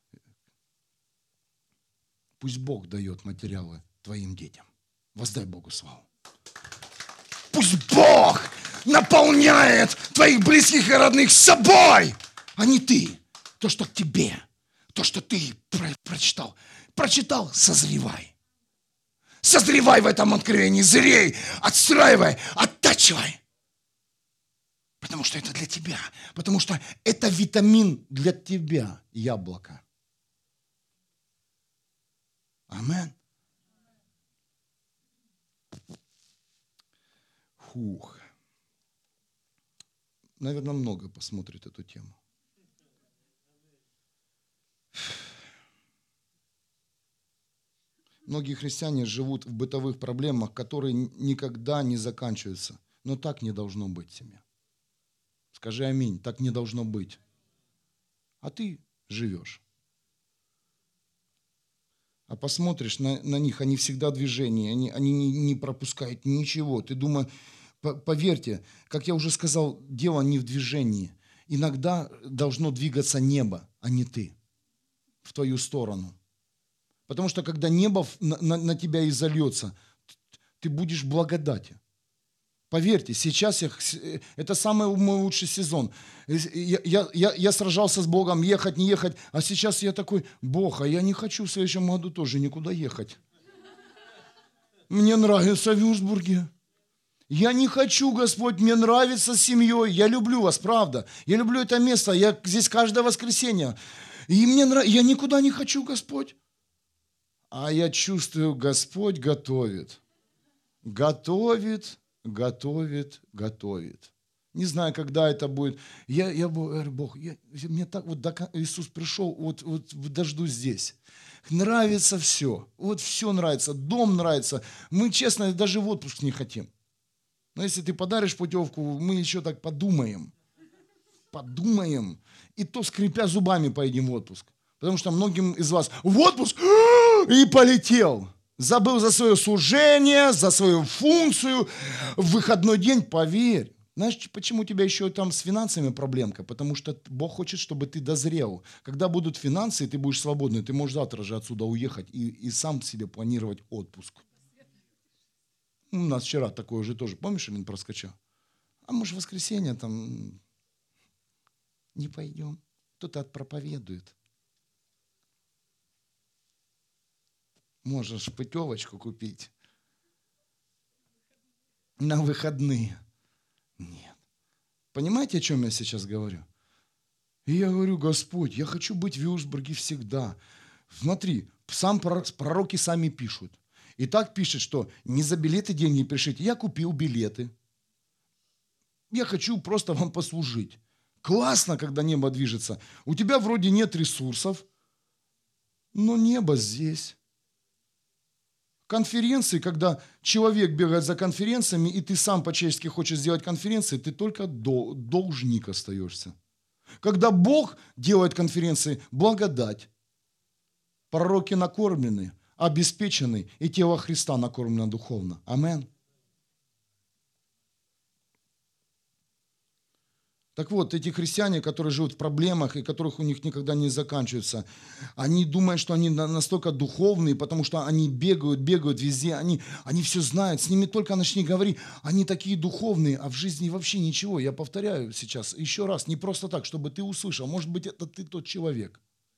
пусть Бог дает материалы твоим детям. Воздай Богу славу. Пусть Бог наполняет твоих близких и родных собой, а не ты. То, что к тебе, то, что ты прочитал. Прочитал, созревай. Созревай в этом откровении, зрей, отстраивай, оттачивай. Потому что это для тебя. Потому что это витамин для тебя, яблоко. Амин. Фух. Наверное, много посмотрит эту тему. Многие христиане живут в бытовых проблемах, которые никогда не заканчиваются. Но так не должно быть в семье. Скажи аминь, так не должно быть. А ты живешь. А посмотришь на них, они всегда в движении, они не пропускают ничего. Ты думаешь, поверьте, как я уже сказал, дело не в движении. Иногда должно двигаться небо, а не ты, в твою сторону. Потому что когда небо на тебя изольется, ты будешь в благодати. Поверьте, сейчас это самый мой лучший сезон. Я сражался с Богом, ехать, не ехать, а сейчас я такой, Бог, а я не хочу в следующем году тоже никуда ехать. Мне нравится в Вюрцбурге. Я не хочу, Господь, мне нравится с семьей. Я люблю вас, правда. Я люблю это место, я здесь каждое воскресенье. И мне нравится, я никуда не хочу, Господь. А я чувствую, Господь готовит. Готовит. Не знаю, когда это будет. Я говорю, Бог, мне так вот Иисус пришел, вот дождусь здесь. Нравится все. Вот все нравится. Дом нравится. Мы, честно, даже в отпуск не хотим. Но если ты подаришь путевку, мы еще так подумаем. Подумаем. И то, скрипя зубами, поедем в отпуск. Потому что многим из вас в отпуск и полетел. Забыл за свое служение, за свою функцию. В выходной день, поверь. Знаешь, почему у тебя еще там с финансами проблемка? Потому что Бог хочет, чтобы ты дозрел. Когда будут финансы, и ты будешь свободный, ты можешь завтра же отсюда уехать и сам себе планировать отпуск. У нас вчера такое же тоже, помнишь, один проскочил? А может, в воскресенье там не пойдем. Кто-то отпроповедует. Можешь путевочку купить на выходные. Нет. Понимаете, о чем я сейчас говорю? И я говорю, Господь, я хочу быть в Вюрцбурге всегда. Смотри, пророки сами пишут. И так пишет, что не за билеты деньги пишите. Я купил билеты. Я хочу просто вам послужить. Классно, когда небо движется. У тебя вроде нет ресурсов, но небо здесь. Конференции, когда человек бегает за конференциями, и ты сам по-человечески хочешь сделать конференции, ты только должник остаешься. Когда Бог делает конференции, благодать. Пророки накормлены, обеспечены, и тело Христа накормлено духовно. Амин. Так вот, эти христиане, которые живут в проблемах, и которых у них никогда не заканчиваются, они думают, что они настолько духовные, потому что они бегают везде, они все знают, с ними только начни говорить, они такие духовные, а в жизни вообще ничего. Я повторяю сейчас еще раз, не просто так, чтобы ты услышал, может быть, это ты тот человек.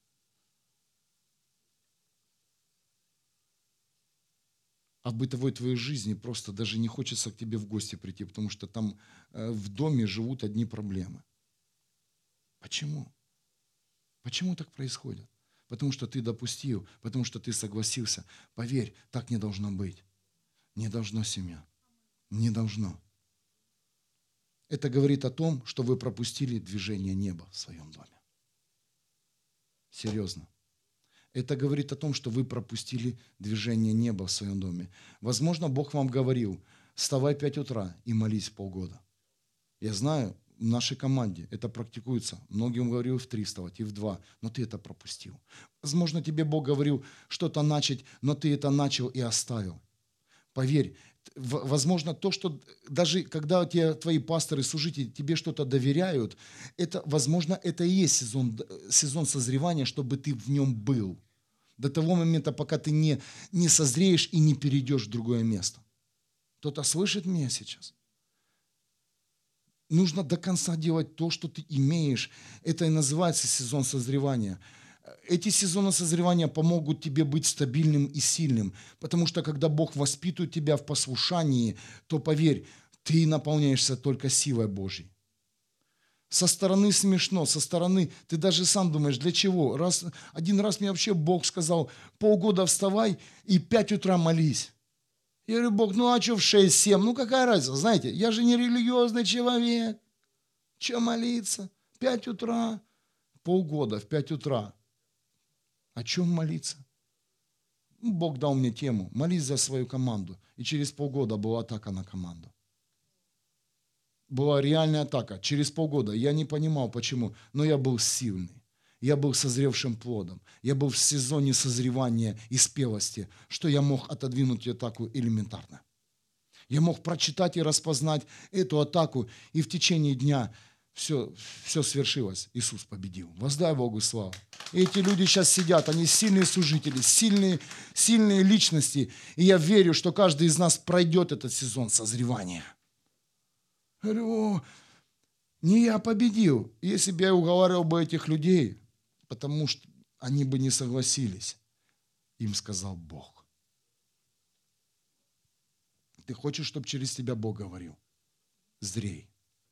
А в бытовой твоей жизни просто даже не хочется к тебе в гости прийти, потому что там в доме живут одни проблемы. Почему? Почему так происходит? Потому что ты допустил, потому что ты согласился. Поверь, так не должно быть. Не должно, семья. Не должно. Это говорит о том, что вы пропустили движение неба в своем доме. Серьезно. Это говорит о том, что вы пропустили движение неба в своем доме. Возможно, Бог вам говорил, вставай в 5 утра и молись полгода. Я знаю, в нашей команде это практикуется. Многим говорил в 3 вставать и в 2, но ты это пропустил. Возможно, тебе Бог говорил что-то начать, но ты это начал и оставил. Поверь, возможно, то, что даже когда твои пасторы, служители тебе что-то доверяют, это, возможно, это и есть сезон созревания, чтобы ты в нем был. До того момента, пока ты не созреешь и не перейдешь в другое место. Кто-то слышит меня сейчас? Нужно до конца делать то, что ты имеешь. Это и называется сезон созревания. Эти сезоны созревания помогут тебе быть стабильным и сильным. Потому что когда Бог воспитывает тебя в послушании, то поверь, ты наполняешься только силой Божьей. Со стороны смешно, со стороны ты даже сам думаешь, для чего? Один раз мне вообще Бог сказал, полгода вставай и 5 утра молись. Я говорю, Бог, ну а что в 6-7? Ну какая разница? Знаете, я же не религиозный человек. Че молиться? 5 утра, полгода в 5 утра. О чем молиться? Ну, Бог дал мне тему, молись за свою команду. И через полгода была атака на команду. Была реальная атака. Через полгода. Я не понимал, почему, но я был сильный. Я был созревшим плодом. Я был в сезоне созревания и спелости, что я мог отодвинуть атаку элементарно. Я мог прочитать и распознать эту атаку, и в течение дня все свершилось. Иисус победил. Воздай Богу славу. И эти люди сейчас сидят, они сильные служители, сильные личности. И я верю, что каждый из нас пройдет этот сезон созревания. Говорю, не я победил. Если бы я уговаривал бы этих людей, потому что они бы не согласились, им сказал Бог. Ты хочешь, чтобы через тебя Бог говорил? Зрей.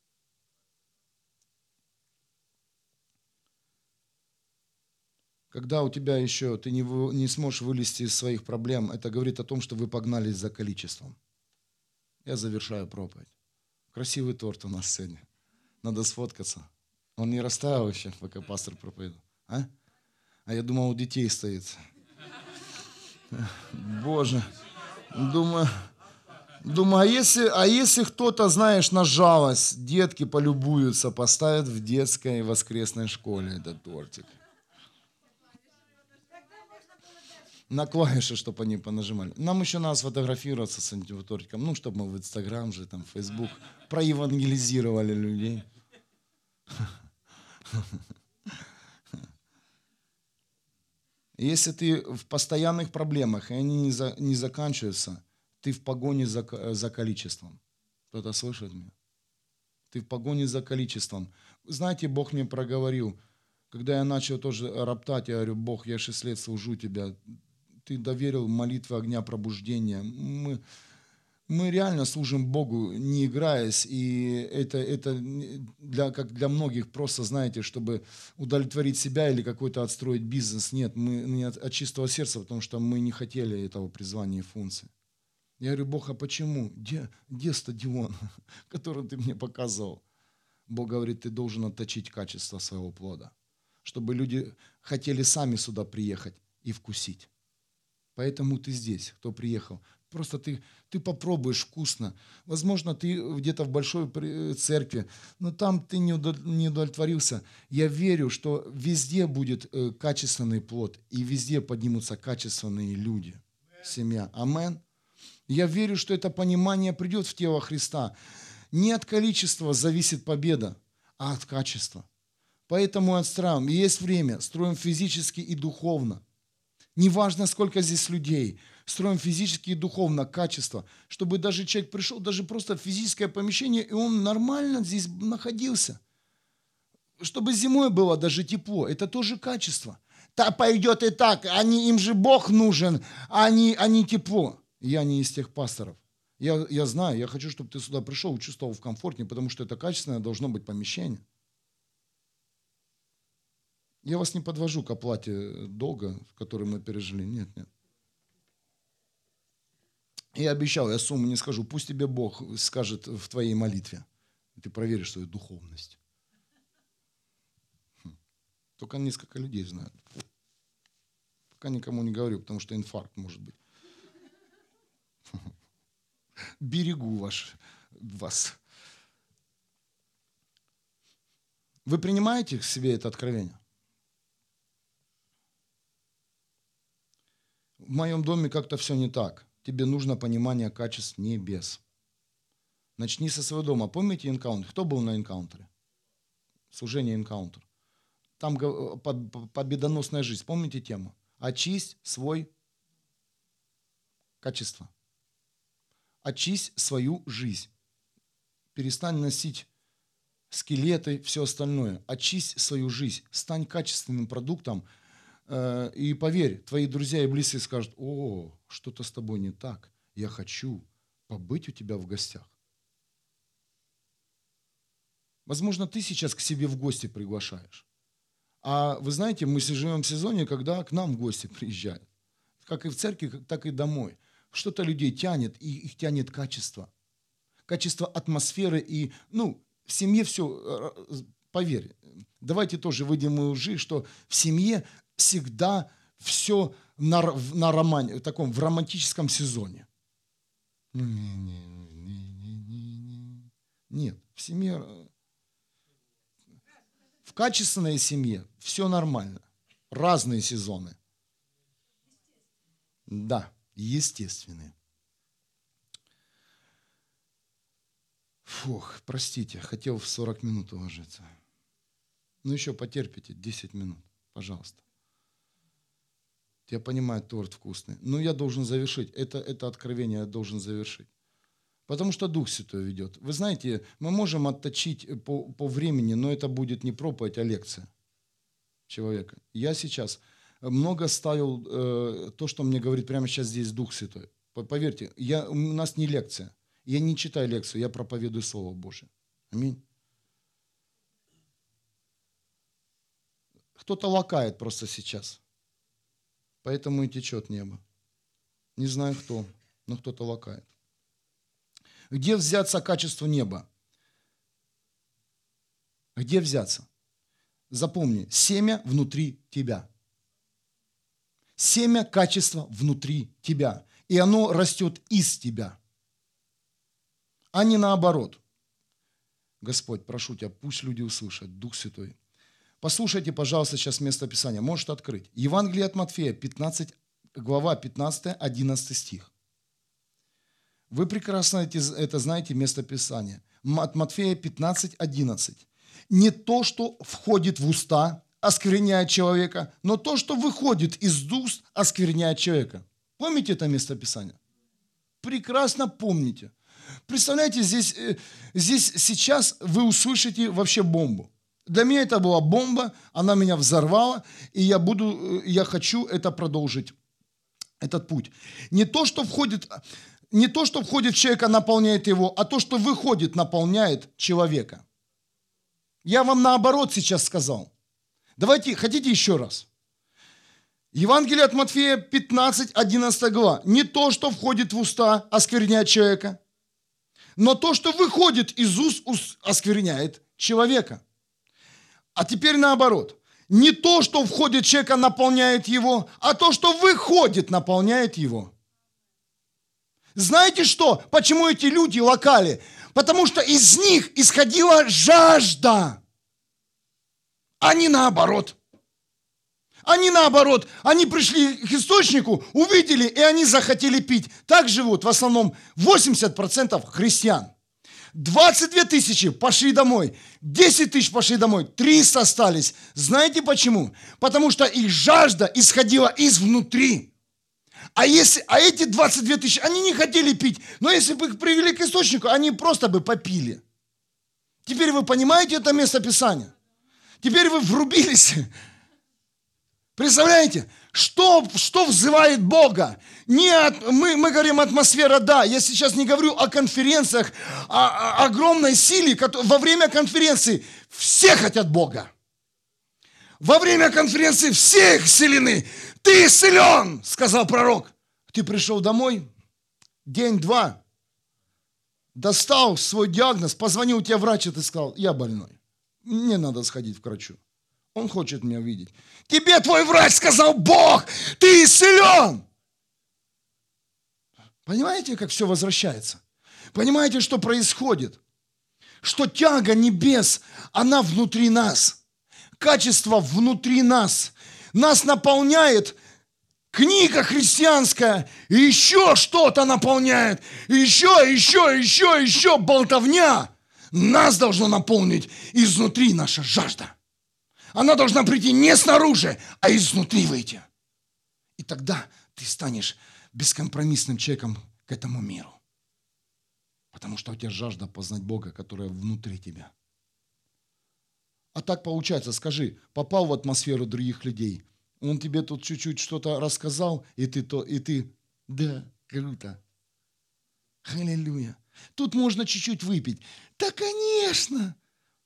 Когда у тебя еще ты не сможешь вылезти из своих проблем, это говорит о том, что вы погнались за количеством. Я завершаю проповедь. Красивый торт у нас сегодня. Надо сфоткаться. Он не растаял еще, пока пастор проповедовал. А я думал, у детей стоит. Боже. Думаю, а если кто-то, знаешь, на жалость, детки полюбуются, поставят в детской и воскресной школе этот тортик. На клавиши, чтобы они понажимали. Нам еще надо сфотографироваться с этим тортиком, ну, чтобы мы в Инстаграм же, там, в Фейсбук проевангелизировали людей. Если ты в постоянных проблемах, и они не заканчиваются, ты в погоне за количеством. Кто-то слышит меня? Ты в погоне за количеством. Знаете, Бог мне проговорил, когда я начал тоже роптать, я говорю, Бог, я 6 лет служу тебя, ты доверил молитве огня пробуждения. Мы реально служим Богу, не играясь, и это как для многих просто, знаете, чтобы удовлетворить себя или какой-то отстроить бизнес. Нет, мы не от чистого сердца, потому что мы не хотели этого призвания и функции. Я говорю, Бог, а почему? Где стадион, который ты мне показывал? Бог говорит, ты должен отточить качество своего плода, чтобы люди хотели сами сюда приехать и вкусить. Поэтому ты здесь, кто приехал. Просто ты попробуешь вкусно. Возможно, ты где-то в большой церкви, но там ты не удовлетворился. Я верю, что везде будет качественный плод, и везде поднимутся качественные люди. Семья. Амен. Я верю, что это понимание придет в тело Христа. Не от количества зависит победа, а от качества. Поэтому отстраиваем. Есть время, строим физически и духовно. Неважно, сколько здесь людей, строим физически и духовно качество, чтобы даже человек пришел, даже просто в физическое помещение, и он нормально здесь находился. Чтобы зимой было даже тепло, это тоже качество. Да пойдет и так, им же Бог нужен, а не тепло. Я не из тех пасторов. Я знаю, я хочу, чтобы ты сюда пришел и чувствовал в комфорте, потому что это качественное должно быть помещение. Я вас не подвожу к оплате долга, который мы пережили. Нет. Я обещал, я сумму не скажу. Пусть тебе Бог скажет в твоей молитве. Ты проверишь свою духовность. Только несколько людей знают. Пока никому не говорю, потому что инфаркт может быть. Берегу вас. Вы принимаете к себе это откровение? В моем доме как-то все не так. Тебе нужно понимание качеств небес. Начни со своего дома. Помните энкаунтер? Кто был на энкаунтере? Служение энкаунтер. Там победоносная жизнь. Помните тему? Очисть свой качество. Очисть свою жизнь. Перестань носить скелеты, все остальное. Очисть свою жизнь. Стань качественным продуктом. И поверь, твои друзья и близкие скажут: о, что-то с тобой не так. Я хочу побыть у тебя в гостях. Возможно, ты сейчас к себе в гости приглашаешь. А вы знаете, мы живем в сезоне, когда к нам в гости приезжают. Как и в церкви, так и домой. Что-то людей тянет, и их тянет качество. Качество атмосферы. И, в семье все, поверь, давайте тоже выйдем из лжи, что в семье всегда все в таком, в романтическом сезоне. Нет, в семье, в качественной семье все нормально. Разные сезоны. Да, естественные. Фух, простите, хотел в 40 минут уложиться. Еще потерпите 10 минут, пожалуйста. Я понимаю, торт вкусный. Но я должен завершить. Это откровение я должен завершить. Потому что Дух Святой ведет. Вы знаете, мы можем отточить по времени, но это будет не проповедь, а лекция человека. Я сейчас много ставил то, что мне говорит прямо сейчас здесь Дух Святой. Поверьте, у нас не лекция. Я не читаю лекцию, я проповедую Слово Божие. Аминь. Кто-то лакает просто сейчас. Поэтому и течет небо. Не знаю кто, но кто-то лакает. Где взяться качеству неба? Где взяться? Запомни, семя внутри тебя. Семя качества внутри тебя. И оно растет из тебя. А не наоборот. Господь, прошу тебя, пусть люди услышат, Дух Святой. Послушайте, пожалуйста, сейчас место Писания. Можете открыть. Евангелие от Матфея, 15, глава 15, 11 стих. Вы прекрасно это знаете, место Писания. От Матфея 15, 11. Не то, что входит в уста, оскверняет человека, но то, что выходит из уст, оскверняет человека. Помните это место Писания? Прекрасно помните. Представляете, здесь сейчас вы услышите вообще бомбу. Для меня это была бомба, она меня взорвала, и я хочу это продолжить, этот путь. Не то, что входит в человека, наполняет его, а то, что выходит, наполняет человека. Я вам наоборот сейчас сказал. Хотите еще раз? Евангелие от Матфея, 15, 11 глава. Не то, что входит в уста, оскверняет человека, но то, что выходит из уст, оскверняет человека. А теперь наоборот. Не то, что входит в человека, наполняет его, а то, что выходит, наполняет его. Знаете что? Почему эти люди лакали? Потому что из них исходила жажда. А не наоборот. Они пришли к источнику, увидели, и они захотели пить. Так живут в основном 80% христиан. 22 тысячи пошли домой, 10 тысяч пошли домой, 300 остались. Знаете почему? Потому что их жажда исходила изнутри. А эти 22 тысячи, они не хотели пить, но если бы их привели к источнику, они просто бы попили. Теперь вы понимаете это место Писания? Теперь вы врубились. Представляете, что взывает Бога? Мы говорим атмосфера, да. Я сейчас не говорю о конференциях, о огромной силе. Во время конференции все хотят Бога. Во время конференции все исцелены. Ты исцелен, сказал пророк. Ты пришел домой, день-два, достал свой диагноз, позвонил тебе врач, и ты сказал: я больной. Мне надо сходить к врачу. Он хочет меня видеть. Тебе твой врач сказал: Бог, ты исцелен. Понимаете, как все возвращается? Понимаете, что происходит? Что тяга небес, она внутри нас. Качество внутри нас. Нас наполняет книга христианская, и еще что-то наполняет. Еще болтовня. Нас должно наполнить изнутри наша жажда. Она должна прийти не снаружи, а изнутри выйти. И тогда ты станешь бескомпромиссным человеком к этому миру. Потому что у тебя жажда познать Бога, которая внутри тебя. А так получается, скажи, попал в атмосферу других людей, он тебе тут чуть-чуть что-то рассказал, и ты, да, круто. Аллилуйя. Тут можно чуть-чуть выпить. Да, конечно.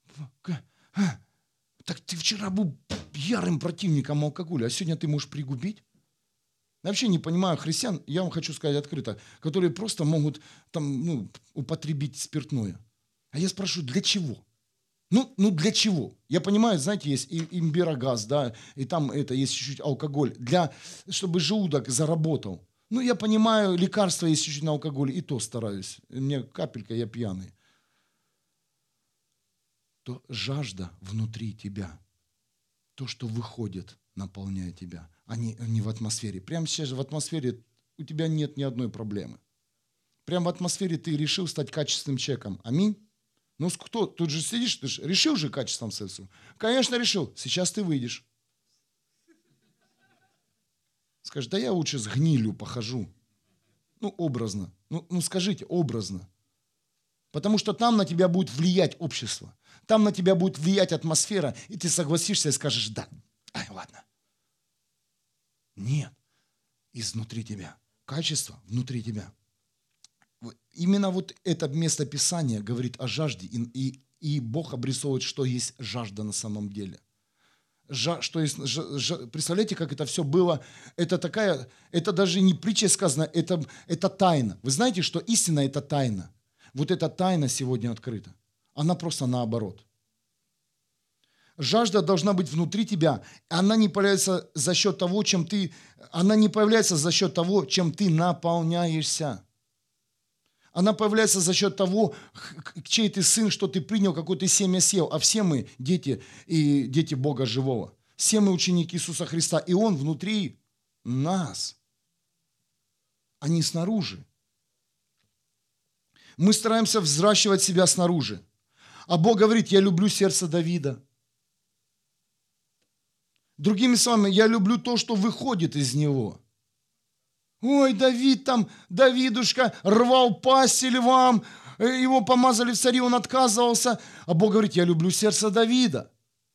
Так ты вчера был ярым противником алкоголя, а сегодня ты можешь пригубить? Я вообще не понимаю христиан, я вам хочу сказать открыто, которые просто могут употребить спиртное. А я спрашиваю, для чего? Ну для чего? Я понимаю, знаете, есть и имбирогаз, да, и там есть чуть-чуть алкоголь, чтобы желудок заработал. Я понимаю, лекарства есть чуть-чуть на алкоголь, и то стараюсь. Мне капелька, я пьяный. То жажда внутри тебя, то, что выходит, наполняет тебя, а не в атмосфере. Прямо сейчас в атмосфере у тебя нет ни одной проблемы. Прямо в атмосфере ты решил стать качественным человеком. Аминь. Кто? Тут же сидишь, ты же решил же качеством сексу? Конечно, решил. Сейчас ты выйдешь. Скажешь, да я лучше с гнилью похожу. Образно. Скажите, образно. Потому что там на тебя будет влиять общество. Там на тебя будет влиять атмосфера, и ты согласишься и скажешь, да, ладно. Нет. Изнутри тебя. Качество внутри тебя. Именно это место Писания говорит о жажде, и Бог обрисовывает, что есть жажда на самом деле. Представляете, как это все было? Это даже не притча сказано, это тайна. Вы знаете, что истина – это тайна. Вот эта тайна сегодня открыта. Она просто наоборот. Жажда должна быть внутри тебя. Она не появляется за счет того, чем ты наполняешься. Она появляется за счет того, чей ты сын, что ты принял, какое ты семя сел. А все мы дети и дети Бога живого. Все мы ученики Иисуса Христа. И Он внутри нас, а не снаружи. Мы стараемся взращивать себя снаружи. А Бог говорит, я люблю сердце Давида. Другими словами, я люблю то, что выходит из него. Ой, Давидушка рвал пасти львам, его помазали в цари, он отказывался. А Бог говорит, я люблю сердце Давида.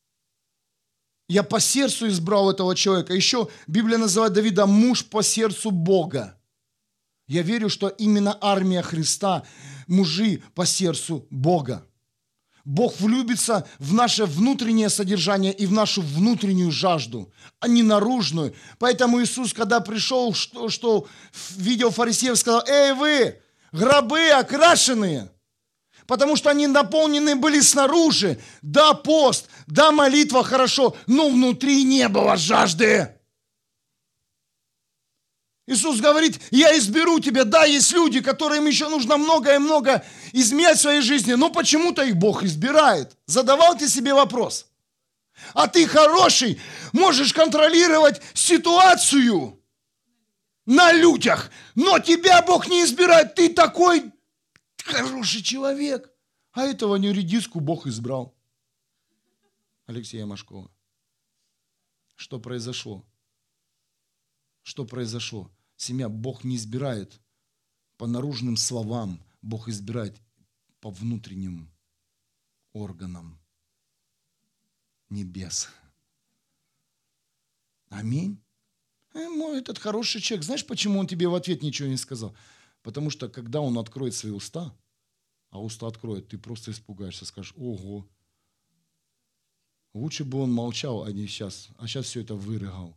Я по сердцу избрал этого человека. Еще Библия называет Давида муж по сердцу Бога. Я верю, что именно армия Христа, мужи по сердцу Бога. Бог влюбится в наше внутреннее содержание и в нашу внутреннюю жажду, а не наружную. Поэтому Иисус, когда пришел, что видел фарисеев, сказал, эй вы, гробы окрашенные, потому что они наполнены были снаружи. Да, пост, да, молитва хорошо, но внутри не было жажды. Иисус говорит, я изберу тебя. Да, есть люди, которым еще нужно много и много изменять в своей жизни, но почему-то их Бог избирает. Задавал ты себе вопрос? А ты хороший, можешь контролировать ситуацию на людях, но тебя Бог не избирает. Ты такой хороший человек. А этого редиску Бог избрал. Алексея Машкова. Что произошло? Что произошло? Семья Бог не избирает по наружным словам, Бог избирает по внутренним органам небес. Аминь. Мой этот хороший человек, знаешь, почему он тебе в ответ ничего не сказал? Потому что когда он откроет свои уста, а уста откроет, ты просто испугаешься, скажешь, ого, лучше бы он молчал, а сейчас все это вырыгал.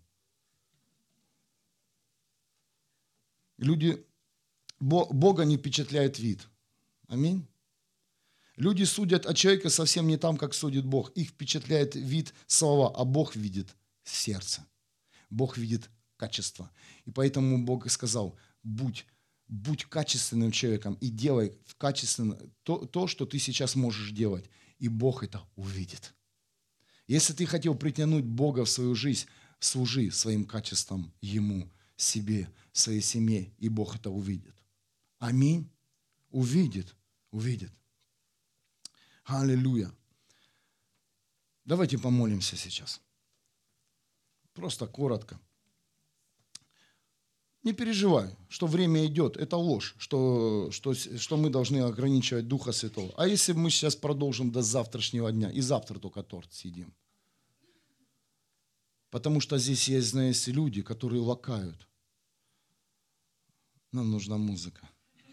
Люди, Бога не впечатляет вид. Аминь. Люди судят о человеке совсем не там, как судит Бог. Их впечатляет вид, слова, а Бог видит сердце. Бог видит качество. И поэтому Бог и сказал, будь качественным человеком и делай качественно то, что ты сейчас можешь делать. И Бог это увидит. Если ты хотел притянуть Бога в свою жизнь, служи своим качеством Ему, себе, своей семье, и Бог это увидит. Аминь. Увидит. Аллилуйя. Давайте помолимся сейчас. Просто коротко. Не переживай, что время идет. Это ложь, что мы должны ограничивать Духа Святого. А если мы сейчас продолжим до завтрашнего дня, и завтра только торт съедим? Потому что здесь есть, знаете, люди, которые лакают. Нам нужна музыка.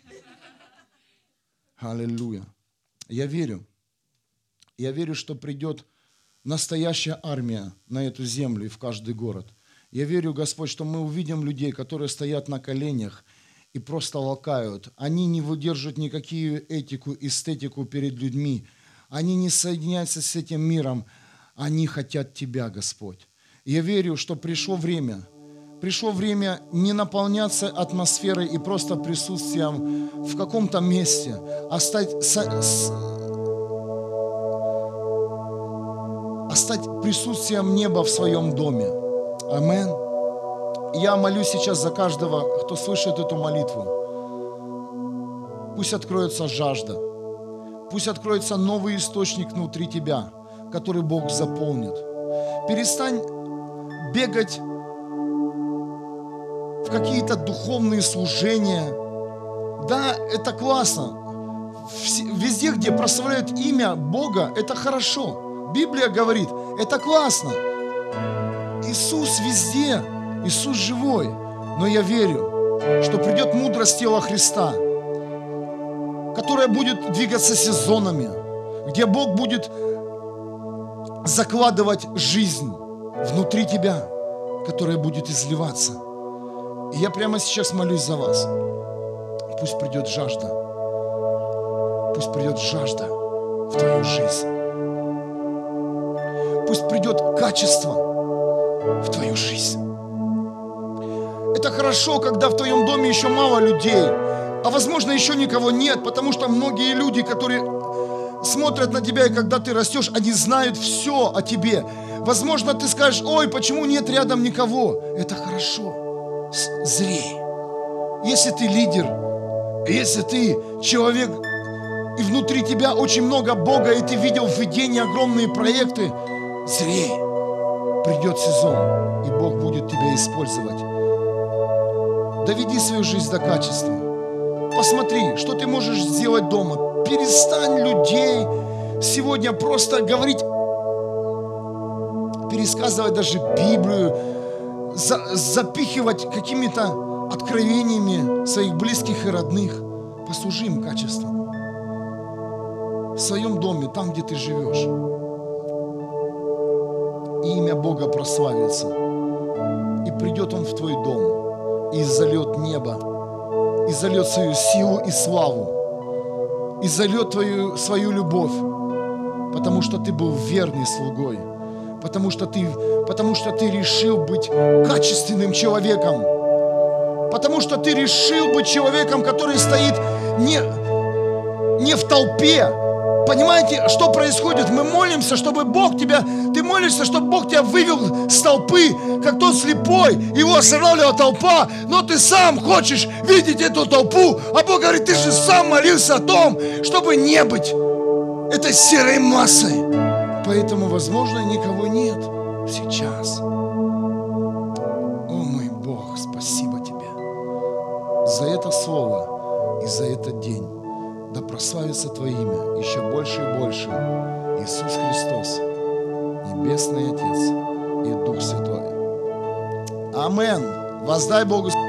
Аллилуйя. Я верю, что придет настоящая армия на эту землю и в каждый город. Я верю, Господь, что мы увидим людей, которые стоят на коленях и просто лакают. Они не выдерживают никакую этику, эстетику перед людьми. Они не соединяются с этим миром. Они хотят Тебя, Господь. Я верю, что пришло время не наполняться атмосферой и просто присутствием в каком-то месте, а стать присутствием неба в своем доме. Амин. Я молюсь сейчас за каждого, кто слышит эту молитву. Пусть откроется жажда. Пусть откроется новый источник внутри тебя, который Бог заполнит. Перестань бегать в какие-то духовные служения. Да, это классно. Везде, где прославляют имя Бога, это хорошо. Библия говорит, это классно. Иисус везде, Иисус живой. Но я верю, что придет мудрость тела Христа, которая будет двигаться сезонами, где Бог будет закладывать жизнь внутри тебя, которая будет изливаться. И я прямо сейчас молюсь за вас. Пусть придет жажда. Пусть придет жажда в твою жизнь. Пусть придет качество в твою жизнь. Это хорошо, когда в твоем доме еще мало людей, а возможно еще никого нет, потому что многие люди, которые смотрят на тебя, и когда ты растешь, они знают все о тебе. Возможно, ты скажешь, ой, почему нет рядом никого? Это хорошо. Зрей. Если ты лидер, если ты человек, и внутри тебя очень много Бога, и ты видел в видении огромные проекты, зрей. Придет сезон, и Бог будет тебя использовать. Доведи свою жизнь до качества. Посмотри, что ты можешь сделать дома. Перестань людей сегодня просто говорить, пересказывать даже Библию, запихивать какими-то откровениями своих близких и родных. Послужи им качеством. В своем доме, там, где ты живешь. И имя Бога прославится. И придет Он в твой дом. И зальет небо. И зальет свою силу и славу. И зальет свою любовь. Потому что ты был верный слугой. Потому что ты решил быть качественным человеком. Потому что ты решил быть человеком, который стоит не в толпе. Понимаете, что происходит? Мы молимся, чтобы Бог тебя... Ты молишься, чтобы Бог тебя вывел с толпы, как тот слепой. Его останавливала толпа, но ты сам хочешь видеть эту толпу. А Бог говорит, ты же сам молился о том, чтобы не быть этой серой массой. Поэтому, возможно, никого нет сейчас. О, мой Бог, спасибо тебе за это слово и за этот день. Да прославится Твое имя еще больше и больше. Иисус Христос, Небесный Отец и Дух Святой. Амин. Воздай Богу.